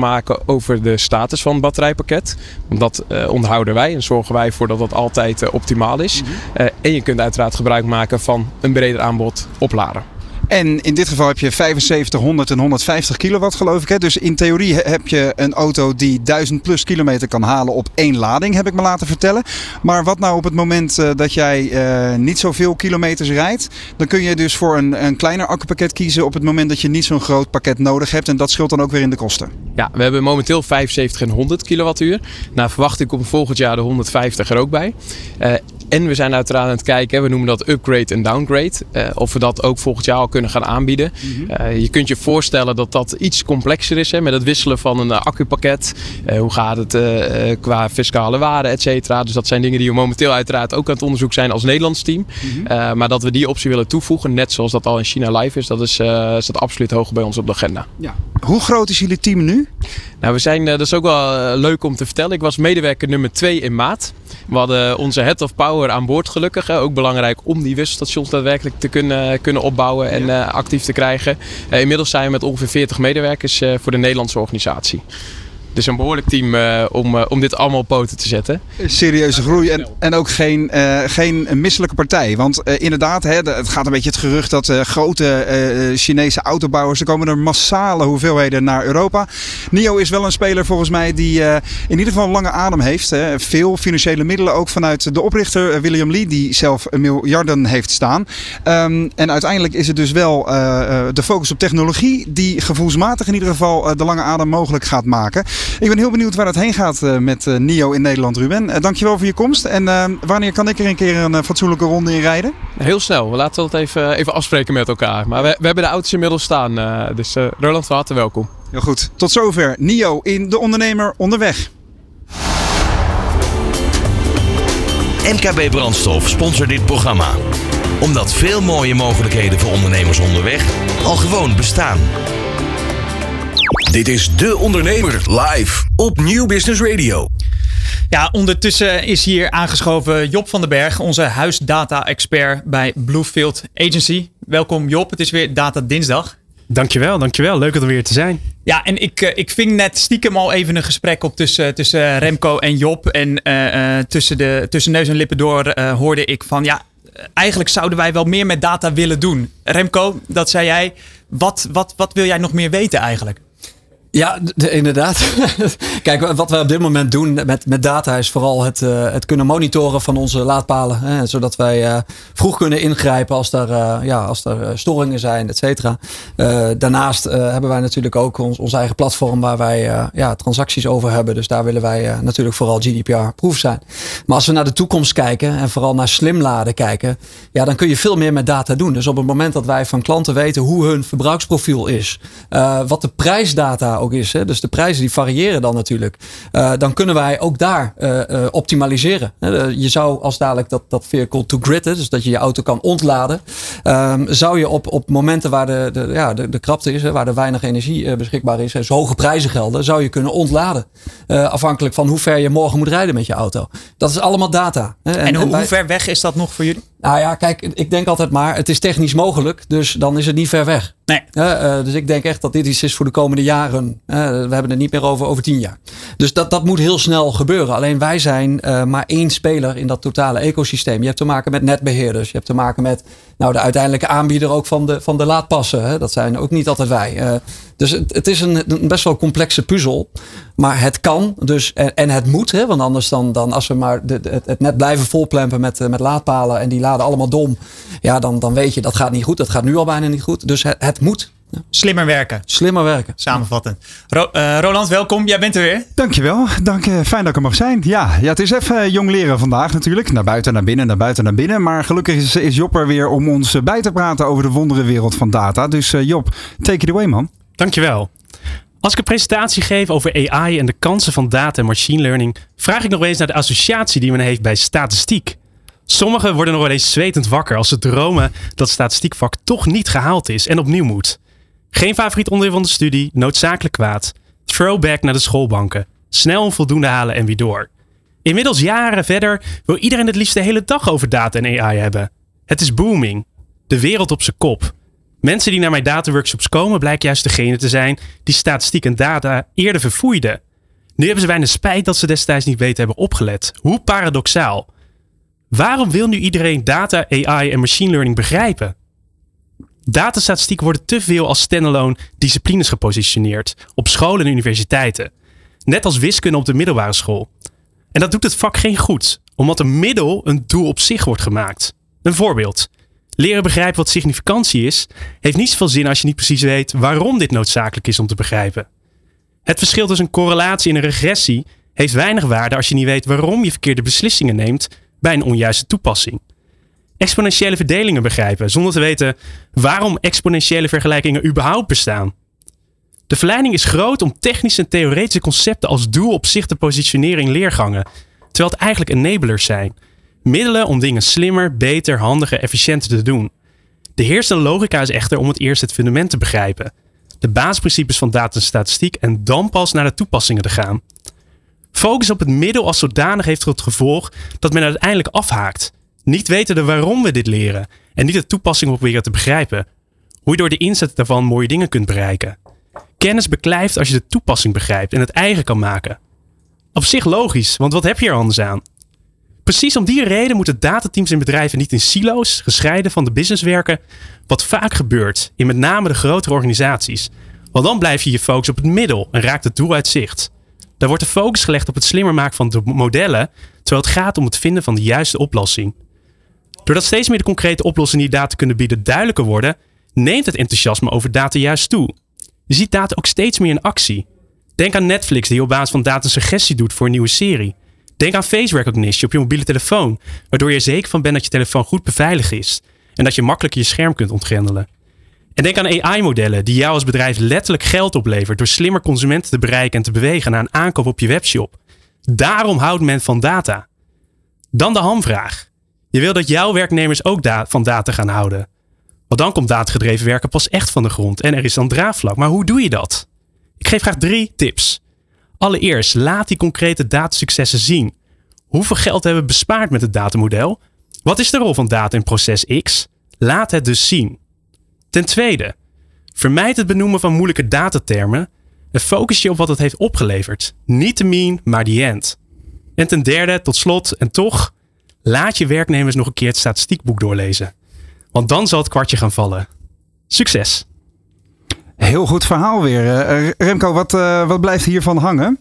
maken over de status van het batterijpakket. Want dat uh, onderhouden wij en zorgen wij voor dat dat altijd uh, optimaal is. Mm-hmm. Uh, en je kunt uiteraard gebruik maken van een breder aanbod opladen. En in dit geval heb je vijfenzeventig, honderd en honderdvijftig kilowatt geloof ik. Hè? Dus in theorie heb je een auto die duizend plus kilometer kan halen op één lading, heb ik me laten vertellen. Maar wat nou op het moment uh, dat jij uh, niet zoveel kilometers rijdt, dan kun je dus voor een, een kleiner accupakket kiezen op het moment dat je niet zo'n groot pakket nodig hebt. En dat scheelt dan ook weer in de kosten. Ja, we hebben momenteel vijfenzeventig en honderd kilowattuur. Nou, verwachting komt volgend jaar de honderdvijftig er ook bij. Uh, En we zijn uiteraard aan het kijken, we noemen dat upgrade en downgrade. Uh, of we dat ook volgend jaar al kunnen gaan aanbieden. Mm-hmm. Uh, je kunt je voorstellen dat dat iets complexer is. Hè, met het wisselen van een uh, accupakket. Uh, hoe gaat het uh, qua fiscale waarde, et cetera. Dus dat zijn dingen die we momenteel uiteraard ook aan het onderzoek zijn als Nederlands team. Mm-hmm. Uh, maar dat we die optie willen toevoegen, net zoals dat al in China live is. Dat is, uh, staat absoluut hoog bij ons op de agenda. Ja. Hoe groot is jullie team nu? Nou, we zijn, uh, dat is ook wel uh, leuk om te vertellen. Ik was medewerker nummer twee in maart. We hadden onze head of power aan boord gelukkig. Hè. Ook belangrijk om die wisselstations daadwerkelijk te kunnen, kunnen opbouwen en uh, actief te krijgen. Uh, inmiddels zijn we met ongeveer veertig medewerkers uh, voor de Nederlandse organisatie. Dus een behoorlijk team uh, om, uh, om dit allemaal op poten te zetten. Serieuze groei en, en ook geen, uh, geen misselijke partij. Want uh, inderdaad, hè, de, het gaat een beetje het gerucht dat uh, grote uh, Chinese autobouwers, er komen er massale hoeveelheden naar Europa. NIO is wel een speler volgens mij die uh, in ieder geval lange adem heeft. Hè. Veel financiële middelen ook vanuit de oprichter uh, William Li, die zelf miljarden heeft staan. Um, en uiteindelijk is het dus wel uh, uh, de focus op technologie die gevoelsmatig in ieder geval uh, de lange adem mogelijk gaat maken. Ik ben heel benieuwd waar het heen gaat uh, met uh, NIO in Nederland, Ruben. Uh, dankjewel voor je komst. En uh, wanneer kan ik er een keer een uh, fatsoenlijke ronde in rijden? Heel snel. We laten dat even, even afspreken met elkaar. Maar we, we hebben de auto's inmiddels staan. Uh, dus uh, Roland, van harte welkom. Heel goed. Tot zover NIO in De Ondernemer onderweg. M K B Brandstof sponsort dit programma. Omdat veel mooie mogelijkheden voor ondernemers onderweg al gewoon bestaan. Dit is De Ondernemer live op Nieuw Business Radio. Ja, ondertussen is hier aangeschoven Job van den Berg, onze huisdata-expert bij Bluefield Agency. Welkom Job, het is weer Data Dinsdag. Dankjewel, dankjewel. Leuk er weer te zijn. Ja, en ik, ik ving net stiekem al even een gesprek op tussen, tussen Remco en Job. En uh, uh, tussen, de, tussen neus en lippen door uh, hoorde ik van ja, eigenlijk zouden wij wel meer met data willen doen. Remco, dat zei jij. Wat, wat, wat wil jij nog meer weten eigenlijk? Ja, de, inderdaad. Kijk, wat wij op dit moment doen met, met data is vooral het, uh, het kunnen monitoren van onze laadpalen. Hè, zodat wij uh, vroeg kunnen ingrijpen als er, uh, ja, als er storingen zijn, et cetera. Uh, daarnaast uh, hebben wij natuurlijk ook ons, ons eigen platform waar wij uh, ja, transacties over hebben. Dus daar willen wij uh, natuurlijk vooral G D P R-proof zijn. Maar als we naar de toekomst kijken en vooral naar slim laden kijken, ja, dan kun je veel meer met data doen. Dus op het moment dat wij van klanten weten hoe hun verbruiksprofiel is, uh, wat de prijsdata ook is. Hè? Dus de prijzen die variëren dan natuurlijk. Uh, dan kunnen wij ook daar uh, uh, optimaliseren. Uh, je zou als dadelijk dat, dat vehicle to grid, hè, dus dat je je auto kan ontladen. Um, zou je op, op momenten waar de, de, ja, de, de krapte is, hè, waar er weinig energie uh, beschikbaar is, dus hoge prijzen gelden, zou je kunnen ontladen. Uh, afhankelijk van hoe ver je morgen moet rijden met je auto. Dat is allemaal data. Hè? En, en, hoe, en wij, hoe ver weg is dat nog voor jullie? Nou ja, kijk, ik denk altijd maar, het is technisch mogelijk, dus dan is het niet ver weg. Nee. Uh, uh, dus ik denk echt dat dit iets is voor de komende jaren. Uh, we hebben het niet meer over over tien jaar. Dus dat, dat moet heel snel gebeuren. Alleen wij zijn uh, maar één speler in dat totale ecosysteem. Je hebt te maken met netbeheerders. Je hebt te maken met nou, de uiteindelijke aanbieder ook van de, van de laadpassen. Hè. Dat zijn ook niet altijd wij. Uh, dus het, het is een, een best wel complexe puzzel. Maar het kan dus en, en het moet. Hè, want anders dan, dan als we maar de, de, het net blijven volplempen met, met laadpalen. En die laden allemaal dom. Ja, dan, dan weet je dat gaat niet goed. Dat gaat nu al bijna niet goed. Dus het, het moet. Ja. Slimmer werken. Slimmer werken. Samenvattend. Ro- uh, Roland, welkom. Jij bent er weer. Dankjewel. Dank, uh, fijn dat ik er mag zijn. Ja, ja, het is even uh, jong leren vandaag natuurlijk. Naar buiten, naar binnen, naar buiten, naar binnen. Maar gelukkig is, is Job er weer om ons uh, bij te praten over de wonderenwereld van data. Dus uh, Job, take it away man. Dankjewel. Als ik een presentatie geef over A I en de kansen van data en machine learning, vraag ik nog eens naar de associatie die men heeft bij statistiek. Sommigen worden nog wel eens zwetend wakker als ze dromen dat het statistiekvak toch niet gehaald is en opnieuw moet. Geen favoriet onderdeel van de studie, noodzakelijk kwaad. Throwback naar de schoolbanken. Snel een voldoende halen en weer door. Inmiddels jaren verder wil iedereen het liefst de hele dag over data en A I hebben. Het is booming. De wereld op zijn kop. Mensen die naar mijn dataworkshops komen blijken juist degene te zijn die statistiek en data eerder verfoeiden. Nu hebben ze weinig spijt dat ze destijds niet beter hebben opgelet. Hoe paradoxaal. Waarom wil nu iedereen data, A I en machine learning begrijpen? Datastatistiek worden te veel als standalone disciplines gepositioneerd op scholen en universiteiten. Net als wiskunde op de middelbare school. En dat doet het vak geen goed, omdat een middel een doel op zich wordt gemaakt. Een voorbeeld. Leren begrijpen wat significantie is, heeft niet zoveel zin als je niet precies weet waarom dit noodzakelijk is om te begrijpen. Het verschil tussen een correlatie en een regressie heeft weinig waarde als je niet weet waarom je verkeerde beslissingen neemt bij een onjuiste toepassing. Exponentiële verdelingen begrijpen zonder te weten waarom exponentiële vergelijkingen überhaupt bestaan. De verleiding is groot om technische en theoretische concepten als doel op zich te positioneren in leergangen, terwijl het eigenlijk enablers zijn. Middelen om dingen slimmer, beter, handiger, efficiënter te doen. De heersende logica is echter om het eerst het fundament te begrijpen. De basisprincipes van data en statistiek en dan pas naar de toepassingen te gaan. Focus op het middel als zodanig heeft tot gevolg dat men uiteindelijk afhaakt. Niet weten de waarom we dit leren en niet de toepassing proberen te begrijpen. Hoe je door de inzet daarvan mooie dingen kunt bereiken. Kennis beklijft als je de toepassing begrijpt en het eigen kan maken. Op zich logisch, want wat heb je er anders aan? Precies om die reden moeten datateams in bedrijven niet in silo's, gescheiden van de business werken, wat vaak gebeurt in met name de grotere organisaties. Want dan blijf je je focus op het middel en raakt het doel uit zicht. Daar wordt de focus gelegd op het slimmer maken van de modellen, terwijl het gaat om het vinden van de juiste oplossing. Doordat steeds meer de concrete oplossingen die data kunnen bieden duidelijker worden, neemt het enthousiasme over data juist toe. Je ziet data ook steeds meer in actie. Denk aan Netflix die op basis van data suggestie doet voor een nieuwe serie. Denk aan face recognition op je mobiele telefoon, waardoor je er zeker van bent dat je telefoon goed beveiligd is en dat je makkelijker je scherm kunt ontgrendelen. En denk aan A I-modellen die jou als bedrijf letterlijk geld oplevert door slimmer consumenten te bereiken en te bewegen naar een aankoop op je webshop. Daarom houdt men van data. Dan de hamvraag. Je wil dat jouw werknemers ook da- van data gaan houden. Want dan komt datagedreven werken pas echt van de grond en er is dan draagvlak. Maar hoe doe je dat? Ik geef graag drie tips. Allereerst, laat die concrete datasuccessen zien. Hoeveel geld hebben we bespaard met het datamodel? Wat is de rol van data in proces X? Laat het dus zien. Ten tweede, vermijd het benoemen van moeilijke datatermen en focus je op wat het heeft opgeleverd. Niet de mean, maar the end. En ten derde, tot slot en toch, laat je werknemers nog een keer het statistiekboek doorlezen. Want dan zal het kwartje gaan vallen. Succes! Heel goed verhaal weer. Uh, Remco, wat, uh, wat blijft hiervan hangen?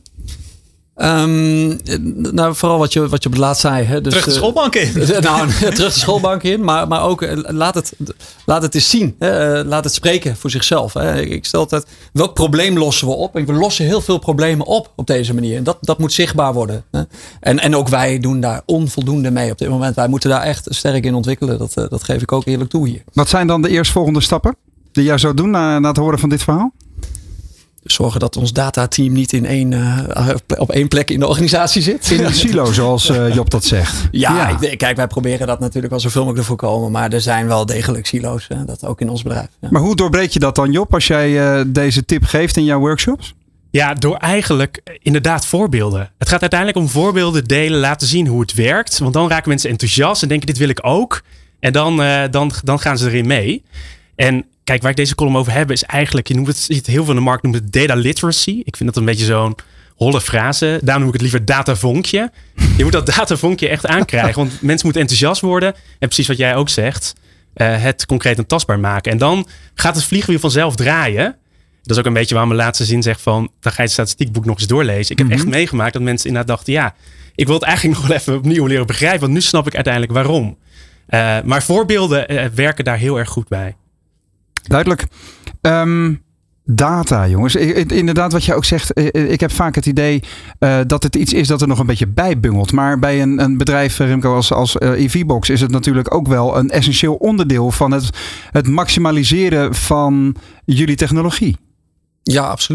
Um, nou, vooral wat je, wat je op het laatst zei. Hè? Dus, terug de schoolbank in. Uh, nou, terug de schoolbank in. Maar, maar ook uh, laat, het, laat het eens zien. Hè? Uh, laat het spreken voor zichzelf. Hè? Ik stel altijd, welk probleem lossen we op? En we lossen heel veel problemen op op deze manier. En dat, dat moet zichtbaar worden. Hè? En, en ook wij doen daar onvoldoende mee op dit moment. Wij moeten daar echt sterk in ontwikkelen. Dat, uh, dat geef ik ook eerlijk toe hier. Wat zijn dan de eerstvolgende stappen die jij zou doen na, na het horen van dit verhaal? Zorgen dat ons datateam niet in één, uh, op één plek in de organisatie zit. In een silo, zoals uh, Job dat zegt. Ja, ja. Ik, kijk, wij proberen dat natuurlijk wel zoveel mogelijk te voorkomen. Maar er zijn wel degelijk silo's, hè, dat ook in ons bedrijf. Ja. Maar hoe doorbreek je dat dan, Job, als jij uh, deze tip geeft in jouw workshops? Ja, door eigenlijk inderdaad voorbeelden. Het gaat uiteindelijk om voorbeelden delen, laten zien hoe het werkt. Want dan raken mensen enthousiast en denken, dit wil ik ook. En dan, uh, dan, dan gaan ze erin mee. En kijk, waar ik deze column over heb is eigenlijk, je noemt het, je ziet heel veel in de markt noemt het data literacy. Ik vind dat een beetje zo'n holle frase. Daarom noem ik het liever datavonkje. Je moet dat datavonkje echt aankrijgen, want mensen moeten enthousiast worden. En precies wat jij ook zegt, uh, het concreet en tastbaar maken. En dan gaat het vliegwiel vanzelf draaien. Dat is ook een beetje waar mijn laatste zin zegt van, dan ga je het statistiekboek nog eens doorlezen. Ik heb mm-hmm. echt meegemaakt dat mensen inderdaad dachten, ja, ik wil het eigenlijk nog wel even opnieuw leren begrijpen, want nu snap ik uiteindelijk waarom. Uh, maar voorbeelden uh, werken daar heel erg goed bij. Duidelijk. Um, data, jongens. Inderdaad, wat jij ook zegt. Ik heb vaak het idee uh, dat het iets is dat er nog een beetje bijbungelt. Maar bij een, een bedrijf, Remco, als, als uh, E V-Box is het natuurlijk ook wel een essentieel onderdeel van het, het maximaliseren van jullie technologie. Ja, absoluut.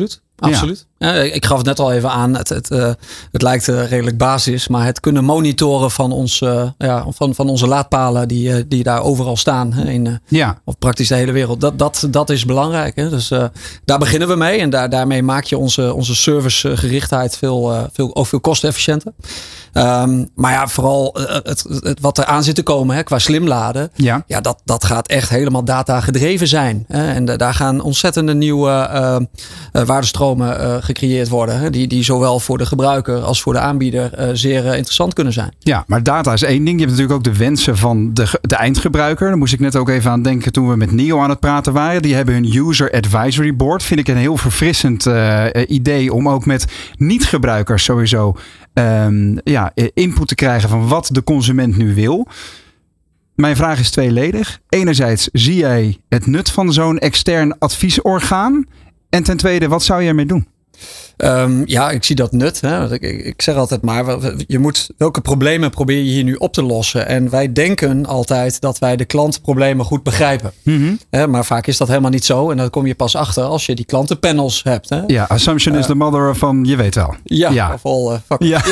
Absoluut. Ja. Ja, ik gaf het net al even aan. Het, het, uh, het lijkt uh, redelijk basis. Maar het kunnen monitoren van, ons, uh, ja, van, van onze laadpalen die, uh, die daar overal staan. Hè, in, uh, ja. Of praktisch de hele wereld. Dat, dat, dat is belangrijk. Hè. Dus uh, daar beginnen we mee. En daar, daarmee maak je onze, onze servicegerichtheid veel, uh, veel, ook veel kostenefficiënter. Um, maar ja, vooral uh, het, het, wat er aan zit te komen hè, qua slimladen. Ja. Ja, dat, dat gaat echt helemaal data gedreven zijn. Hè. En uh, daar gaan ontzettende nieuwe uh, uh, waardestromen uh, gecreëerd worden. Hè, die, die zowel voor de gebruiker als voor de aanbieder uh, zeer uh, interessant kunnen zijn. Ja, maar data is één ding. Je hebt natuurlijk ook de wensen van de, de eindgebruiker. Daar moest ik net ook even aan denken toen we met N I O aan het praten waren. Die hebben hun User Advisory Board. Vind ik een heel verfrissend uh, idee om ook met niet-gebruikers sowieso um, ja, input te krijgen van wat de consument nu wil. Mijn vraag is tweeledig. Enerzijds, zie jij het nut van zo'n extern adviesorgaan? En ten tweede, wat zou je ermee doen? Um, ja, ik zie dat nut. Hè. Ik, ik zeg altijd maar, je moet, welke problemen probeer je hier nu op te lossen? En wij denken altijd dat wij de klantproblemen goed begrijpen. Mm-hmm. Hè, maar vaak is dat helemaal niet zo. En dan kom je pas achter als je die klantenpanels hebt. Hè. Ja, assumption uh, is the mother van je weet wel. Ja, ja. of all uh, fuck. Ja,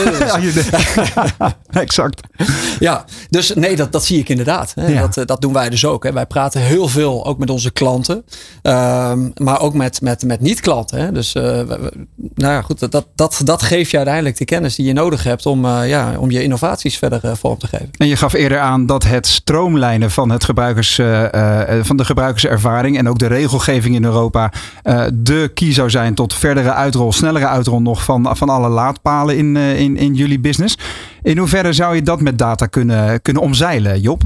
ja exact. Ja, dus nee, dat, dat zie ik inderdaad. Hè. Ja. Dat, dat doen wij dus ook. Hè. Wij praten heel veel ook met onze klanten. Um, maar ook met, met, met niet-klanten. Hè. Dus uh, we, nou ja, goed, dat, dat, dat geeft je uiteindelijk de kennis die je nodig hebt om, uh, ja, om je innovaties verder uh, vorm te geven. En je gaf eerder aan dat het stroomlijnen van, het gebruikers, uh, uh, van de gebruikerservaring en ook de regelgeving in Europa uh, de key zou zijn tot verdere uitrol, snellere uitrol nog van, van alle laadpalen in, uh, in, in jullie business. In hoeverre zou je dat met data kunnen, kunnen omzeilen, Job?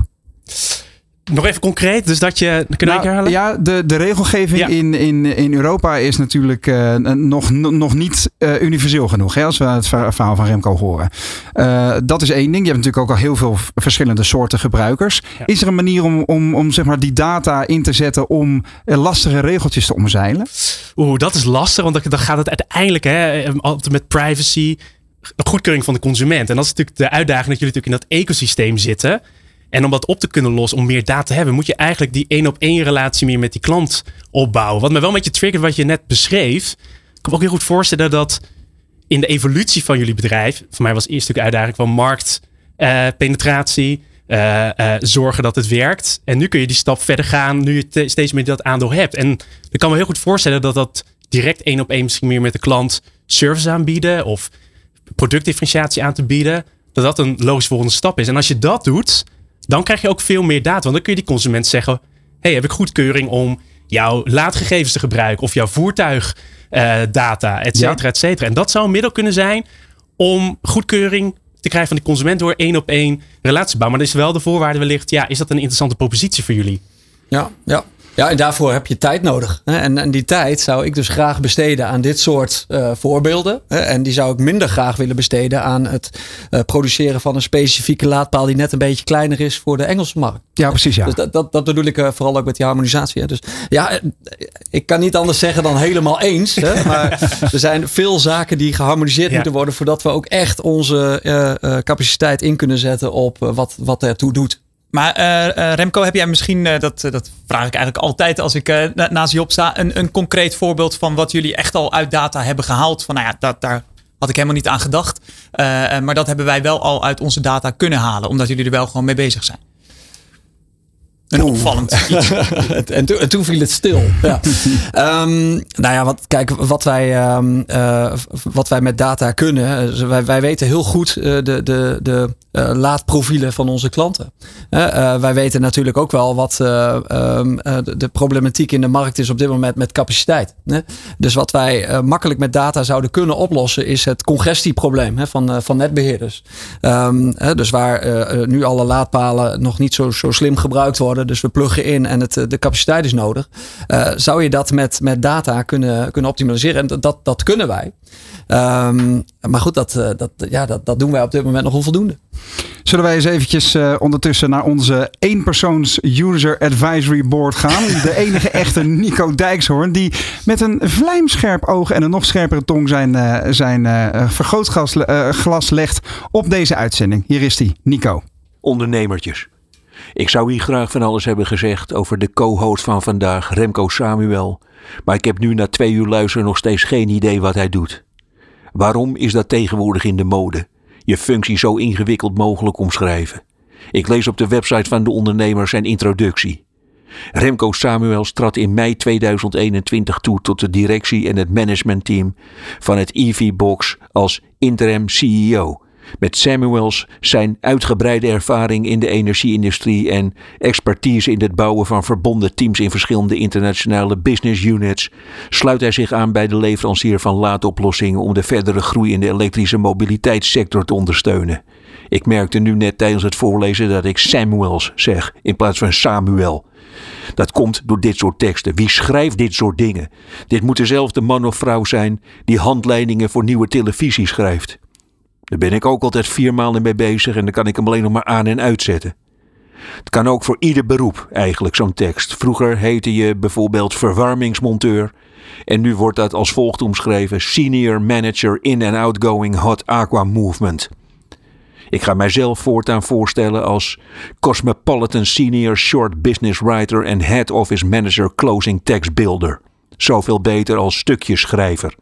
Nog even concreet, dus dat je... Kunnen nou, herhalen? Ja, de, de regelgeving ja. in, in, in Europa is natuurlijk uh, nog, nog niet uh, universeel genoeg. Hè, als we het verhaal van Remco horen. Uh, dat is één ding. Je hebt natuurlijk ook al heel veel verschillende soorten gebruikers. Ja. Is er een manier om, om, om zeg maar die data in te zetten om uh, lastige regeltjes te omzeilen? Oeh, dat is lastig, want dan gaat het uiteindelijk hè, altijd met privacy, de goedkeuring van de consument. En dat is natuurlijk de uitdaging dat jullie natuurlijk in dat ecosysteem zitten. En om dat op te kunnen lossen, om meer data te hebben, moet je eigenlijk die één op één relatie meer met die klant opbouwen. Wat me wel een beetje triggert wat je net beschreef. Ik kan me ook heel goed voorstellen dat in de evolutie van jullie bedrijf, voor mij was het eerst een uitdaging van marktpenetratie, uh, uh, uh, zorgen dat het werkt. En nu kun je die stap verder gaan, nu je te, steeds meer dat aandeel hebt. En ik kan me heel goed voorstellen dat dat direct één op één misschien meer met de klant service aanbieden of productdifferentiatie aan te bieden, dat dat een logisch volgende stap is. En als je dat doet, dan krijg je ook veel meer data. Want dan kun je die consument zeggen, hey, heb ik goedkeuring om jouw laadgegevens te gebruiken of jouw voertuigdata, uh, et cetera, ja. et cetera. En dat zou een middel kunnen zijn om goedkeuring te krijgen van de consument door één op één relatie te bouwen. Maar dat is wel de voorwaarde wellicht, ja, is dat een interessante propositie voor jullie? Ja, ja. Ja, en daarvoor heb je tijd nodig. En, en die tijd zou ik dus graag besteden aan dit soort uh, voorbeelden. En die zou ik minder graag willen besteden aan het uh, produceren van een specifieke laadpaal die net een beetje kleiner is voor de Engelse markt. Ja, precies. Ja. Dus dat, dat, dat bedoel ik uh, vooral ook met die harmonisatie. Hè. Dus ja, ik kan niet anders zeggen dan helemaal eens. Hè. Maar er zijn veel zaken die geharmoniseerd ja. moeten worden voordat we ook echt onze uh, uh, capaciteit in kunnen zetten op uh, wat, wat ertoe doet. Maar uh, uh, Remco, heb jij misschien, uh, dat, uh, dat vraag ik eigenlijk altijd als ik uh, na, naast Job sta, een, een concreet voorbeeld van wat jullie echt al uit data hebben gehaald? Van nou ja, dat, daar had ik helemaal niet aan gedacht. Uh, uh, maar dat hebben wij wel al uit onze data kunnen halen, omdat jullie er wel gewoon mee bezig zijn. Een Oeh. opvallend iets. en, to, en toen viel het stil. Ja. um, nou ja, wat, kijk, wat wij, um, uh, wat wij met data kunnen. Uh, wij, wij weten heel goed uh, de, de, de uh, laadprofielen van onze klanten. Uh, uh, wij weten natuurlijk ook wel wat uh, um, uh, de, de problematiek in de markt is op dit moment met capaciteit. Hè? Dus wat wij uh, makkelijk met data zouden kunnen oplossen is het congestieprobleem hè, van, uh, van netbeheerders. Um, uh, dus waar uh, nu alle laadpalen nog niet zo, zo slim gebruikt worden. Dus we pluggen in en het, de capaciteit is nodig. Uh, zou je dat met, met data kunnen, kunnen optimaliseren? En dat, dat kunnen wij. Um, maar goed, dat, dat, ja, dat, dat doen wij op dit moment nog onvoldoende. Zullen wij eens eventjes uh, ondertussen naar onze eenpersoons User Advisory Board gaan. De enige echte Nico Dijkshoorn die met een vlijmscherp oog en een nog scherpere tong zijn, uh, zijn uh, vergrootglas uh, glas legt op deze uitzending. Hier is die, Nico. Ondernemertjes. Ik zou hier graag van alles hebben gezegd over de co-host van vandaag, Remco Samuel. Maar ik heb nu na twee uur luisteren nog steeds geen idee wat hij doet. Waarom is dat tegenwoordig in de mode? Je functie zo ingewikkeld mogelijk omschrijven. Ik lees op de website van de ondernemer zijn introductie. Remco Samuels trad in mei tweeduizend eenentwintig toe tot de directie en het managementteam van het E V-Box als interim C E O. Met Samuels zijn uitgebreide ervaring in de energie-industrie en expertise in het bouwen van verbonden teams in verschillende internationale business units sluit hij zich aan bij de leverancier van laadoplossingen om de verdere groei in de elektrische mobiliteitssector te ondersteunen. Ik merkte nu net tijdens het voorlezen dat ik Samuels zeg in plaats van Samuel. Dat komt door dit soort teksten. Wie schrijft dit soort dingen? Dit moet dezelfde man of vrouw zijn die handleidingen voor nieuwe televisie schrijft. Daar ben ik ook altijd vier maanden mee bezig en dan kan ik hem alleen nog maar aan en uitzetten. Het kan ook voor ieder beroep eigenlijk zo'n tekst. Vroeger heette je bijvoorbeeld verwarmingsmonteur en nu wordt dat als volgt omschreven: Senior Manager In and Outgoing Hot Aqua Movement. Ik ga mijzelf voortaan voorstellen als Cosmopolitan Senior Short Business Writer en Head Office Manager Closing Text Builder. Zoveel beter als stukjeschrijver.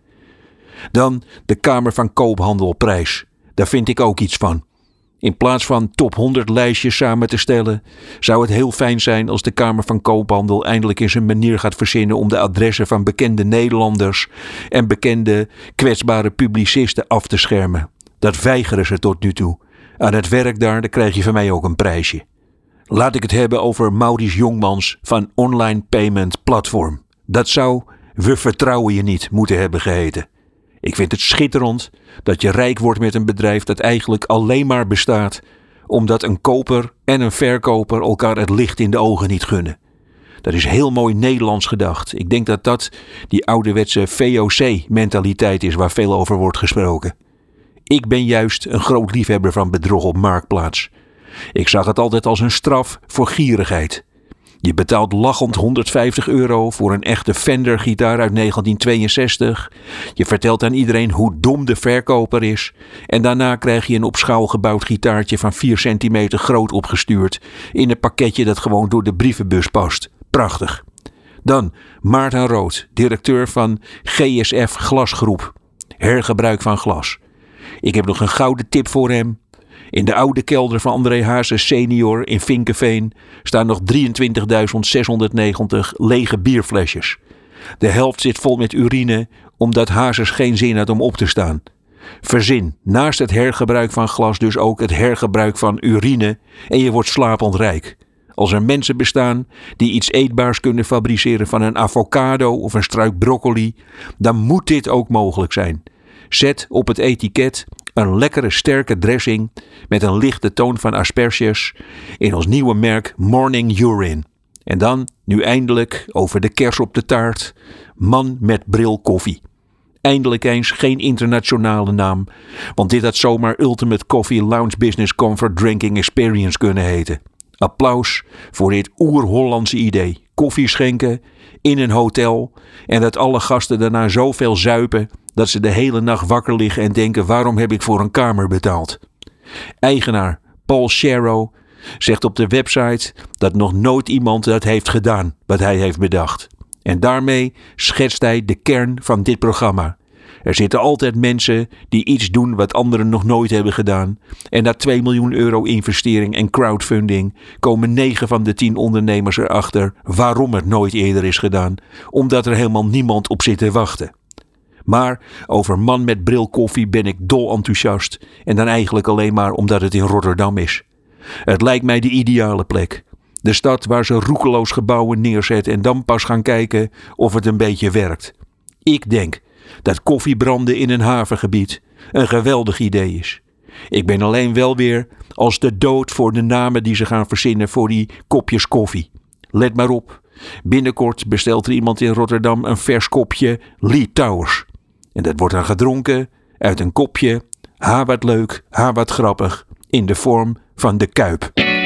Dan de Kamer van Koophandelprijs. Daar vind ik ook iets van. In plaats van top honderd lijstjes samen te stellen, zou het heel fijn zijn als de Kamer van Koophandel eindelijk eens een manier gaat verzinnen om de adressen van bekende Nederlanders en bekende kwetsbare publicisten af te schermen. Dat weigeren ze tot nu toe. Aan het werk daar, daar krijg je van mij ook een prijsje. Laat ik het hebben over Maurice Jongmans van Online Payment Platform. Dat zou We Vertrouwen Je Niet moeten hebben geheten. Ik vind het schitterend dat je rijk wordt met een bedrijf dat eigenlijk alleen maar bestaat omdat een koper en een verkoper elkaar het licht in de ogen niet gunnen. Dat is heel mooi Nederlands gedacht. Ik denk dat dat die ouderwetse V O C-mentaliteit is waar veel over wordt gesproken. Ik ben juist een groot liefhebber van bedrog op Marktplaats. Ik zag het altijd als een straf voor gierigheid. Je betaalt lachend honderdvijftig euro voor een echte Fender gitaar uit negentien tweeënzestig. Je vertelt aan iedereen hoe dom de verkoper is. En daarna krijg je een op schaal gebouwd gitaartje van vier centimeter groot opgestuurd. In een pakketje dat gewoon door de brievenbus past. Prachtig. Dan Maarten Rood, directeur van G S F Glasgroep. Hergebruik van glas. Ik heb nog een gouden tip voor hem. In de oude kelder van André Hazes senior in Vinkeveen staan nog drieëntwintigduizend zeshonderdnegentig lege bierflesjes. De helft zit vol met urine omdat Hazes geen zin had om op te staan. Verzin naast het hergebruik van glas dus ook het hergebruik van urine en je wordt slapend rijk. Als er mensen bestaan die iets eetbaars kunnen fabriceren van een avocado of een struik broccoli, dan moet dit ook mogelijk zijn. Zet op het etiket een lekkere sterke dressing met een lichte toon van asperges in ons nieuwe merk Morning Urine. En dan, nu eindelijk, over de kers op de taart, Man met Bril Koffie. Eindelijk eens geen internationale naam, want dit had zomaar Ultimate Coffee Lounge Business Comfort Drinking Experience kunnen heten. Applaus voor dit oer-Hollandse idee. Koffie schenken in een hotel en dat alle gasten daarna zoveel zuipen dat ze de hele nacht wakker liggen en denken: waarom heb ik voor een kamer betaald? Eigenaar Paul Sharrow zegt op de website dat nog nooit iemand dat heeft gedaan wat hij heeft bedacht. En daarmee schetst hij de kern van dit programma. Er zitten altijd mensen die iets doen wat anderen nog nooit hebben gedaan. En na twee miljoen euro investering en crowdfunding komen negen van de tien ondernemers erachter waarom het nooit eerder is gedaan. Omdat er helemaal niemand op zit te wachten. Maar over Man met Bril Koffie ben ik dol enthousiast. En dan eigenlijk alleen maar omdat het in Rotterdam is. Het lijkt mij de ideale plek. De stad waar ze roekeloos gebouwen neerzetten en dan pas gaan kijken of het een beetje werkt. Ik denk dat koffiebranden in een havengebied een geweldig idee is. Ik ben alleen wel weer als de dood voor de namen die ze gaan verzinnen voor die kopjes koffie. Let maar op, binnenkort bestelt er iemand in Rotterdam een vers kopje Lee Towers. En dat wordt dan gedronken uit een kopje, ha wat leuk, ha wat grappig, in de vorm van de Kuip.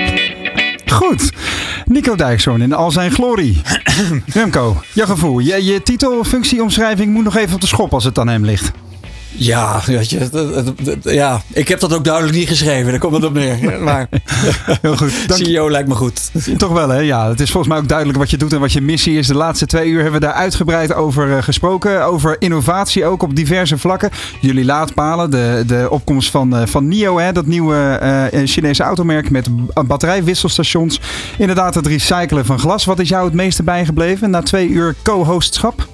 Goed. Nico Dijkshoorn in al zijn glorie. Remco, je gevoel. Je, je titel, functieomschrijving moet nog even op de schop als het aan hem ligt. Ja, weet je, ja, ik heb dat ook duidelijk niet geschreven. Daar komt het op neer. Maar heel goed. Dank... C E O lijkt me goed. Toch wel, hè? Ja, het is volgens mij ook duidelijk wat je doet en wat je missie is. De laatste twee uur hebben we daar uitgebreid over gesproken. Over innovatie ook op diverse vlakken. Jullie laadpalen, de, de opkomst van, van NIO, hè, dat nieuwe uh, Chinese automerk met batterijwisselstations. Inderdaad, het recyclen van glas. Wat is jou het meeste bijgebleven na twee uur co-hostschap?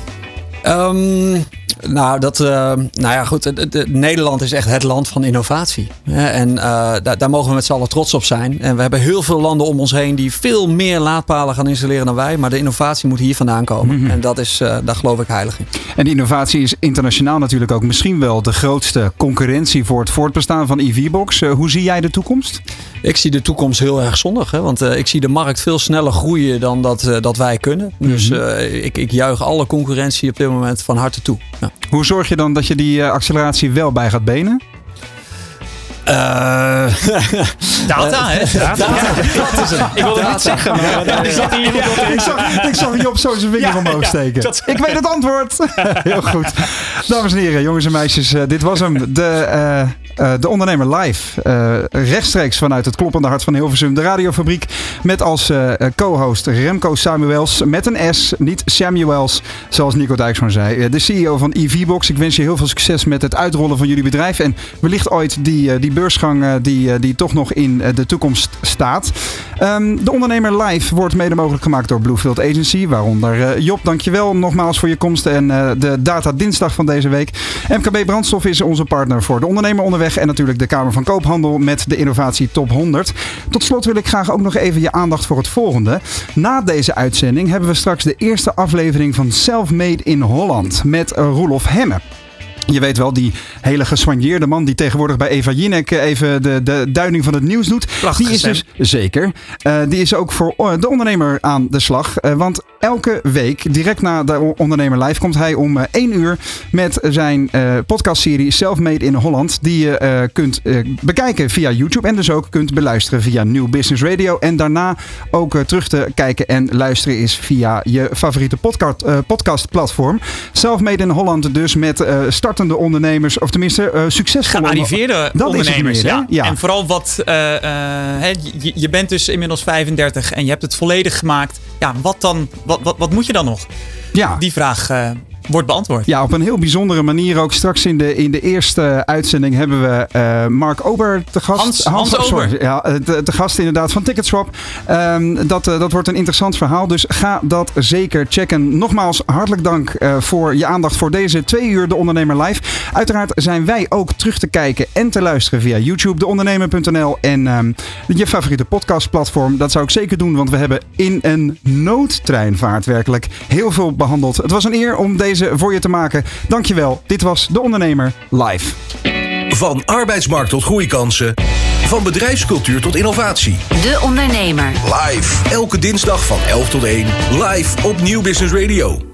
Um, nou, dat, uh, nou ja, goed. De, de, Nederland is echt het land van innovatie. Hè? En uh, daar, daar mogen we met z'n allen trots op zijn. En we hebben heel veel landen om ons heen die veel meer laadpalen gaan installeren dan wij. Maar de innovatie moet hier vandaan komen. Mm-hmm. En dat is, uh, daar geloof ik heilig in. En die innovatie is internationaal natuurlijk ook misschien wel de grootste concurrentie voor het voortbestaan van E V-Box. Uh, hoe zie jij de toekomst? Ik zie de toekomst heel erg zonnig. Hè? Want uh, ik zie de markt veel sneller groeien dan dat, uh, dat wij kunnen. Mm-hmm. Dus uh, ik, ik juich alle concurrentie op dit moment van harte toe. Ja. Hoe zorg je dan dat je die uh, acceleratie wel bij gaat benen? Uh, data, hè? Data. data. Dat is het. Ik wilde het niet zeggen, maar uh, ik, zat hier ik, zag, ik zag Job zo zijn vinger ja, omhoog steken. Ja, dat... Ik weet het antwoord. Heel goed. Dames en heren, jongens en meisjes, uh, dit was hem. De, uh, uh, de Ondernemer Live. Uh, rechtstreeks vanuit het kloppende hart van Hilversum. De radiofabriek. Met als uh, co-host Remco Samuels. Met een S, niet Samuels. Zoals Nico Dijkshoorn zei. Uh, de C E O van E V-Box. Ik wens je heel veel succes met het uitrollen van jullie bedrijf. En wellicht ooit die, uh, die beursgang uh, die, uh, die toch nog in uh, de toekomst staat. Um, de Ondernemer Live wordt mede mogelijk gemaakt door Bluefield Agency. Waaronder uh, Job, dankjewel nogmaals voor je komst. En uh, de Data Dinsdag van deze week. M K B Brandstof is onze partner voor de Ondernemer Onderweg. En natuurlijk de Kamer van Koophandel met de Innovatie Top honderd. Tot slot wil ik graag ook nog even je aandacht voor het volgende. Na deze uitzending hebben we straks de eerste aflevering van Self-Made in Holland. Met uh, Roelof Hemme. Je weet wel, die hele gesoigneerde man die tegenwoordig bij Eva Jinek even de, de duiding van het nieuws doet. Prachtig die is dus, zeker, uh, die is ook voor de ondernemer aan de slag. Uh, want elke week, direct na de Ondernemer Live, komt hij om uh, één uur met zijn uh, podcastserie Self-Made in Holland. Die je uh, kunt uh, bekijken via YouTube en dus ook kunt beluisteren via New Business Radio. En daarna ook uh, terug te kijken en luisteren is via je favoriete podcast, uh, podcastplatform. Self-Made in Holland dus met uh, startende ondernemers, of tenminste uh, succesvolle gearriveerde ondernemers. Meer, ja. ja. En vooral wat, uh, uh, he, je, je bent dus inmiddels vijfendertig en je hebt het volledig gemaakt. Ja, wat dan? Wat, wat, wat moet je dan nog? Ja. Die vraag uh, wordt beantwoord. Ja, op een heel bijzondere manier ook. Straks in de, in de eerste uitzending hebben we uh, Mark Ober te gast. Hans, Hans, Hans Ober. Sorry, ja, de, de gast inderdaad van Ticketswap. Um, dat, uh, dat wordt een interessant verhaal. Dus ga dat zeker checken. Nogmaals, hartelijk dank uh, voor je aandacht voor deze twee uur De Ondernemer Live. Uiteraard zijn wij ook terug te kijken en te luisteren via YouTube, de ondernemer punt n l en um, je favoriete podcastplatform. Dat zou ik zeker doen, want we hebben in een noodtreinvaart werkelijk heel veel behandeld. Het was een eer om deze voor je te maken. Dankjewel. Dit was De Ondernemer Live. Van arbeidsmarkt tot groeikansen. Van bedrijfscultuur tot innovatie. De Ondernemer Live. Elke dinsdag van elf tot één. Live op Nieuw Business Radio.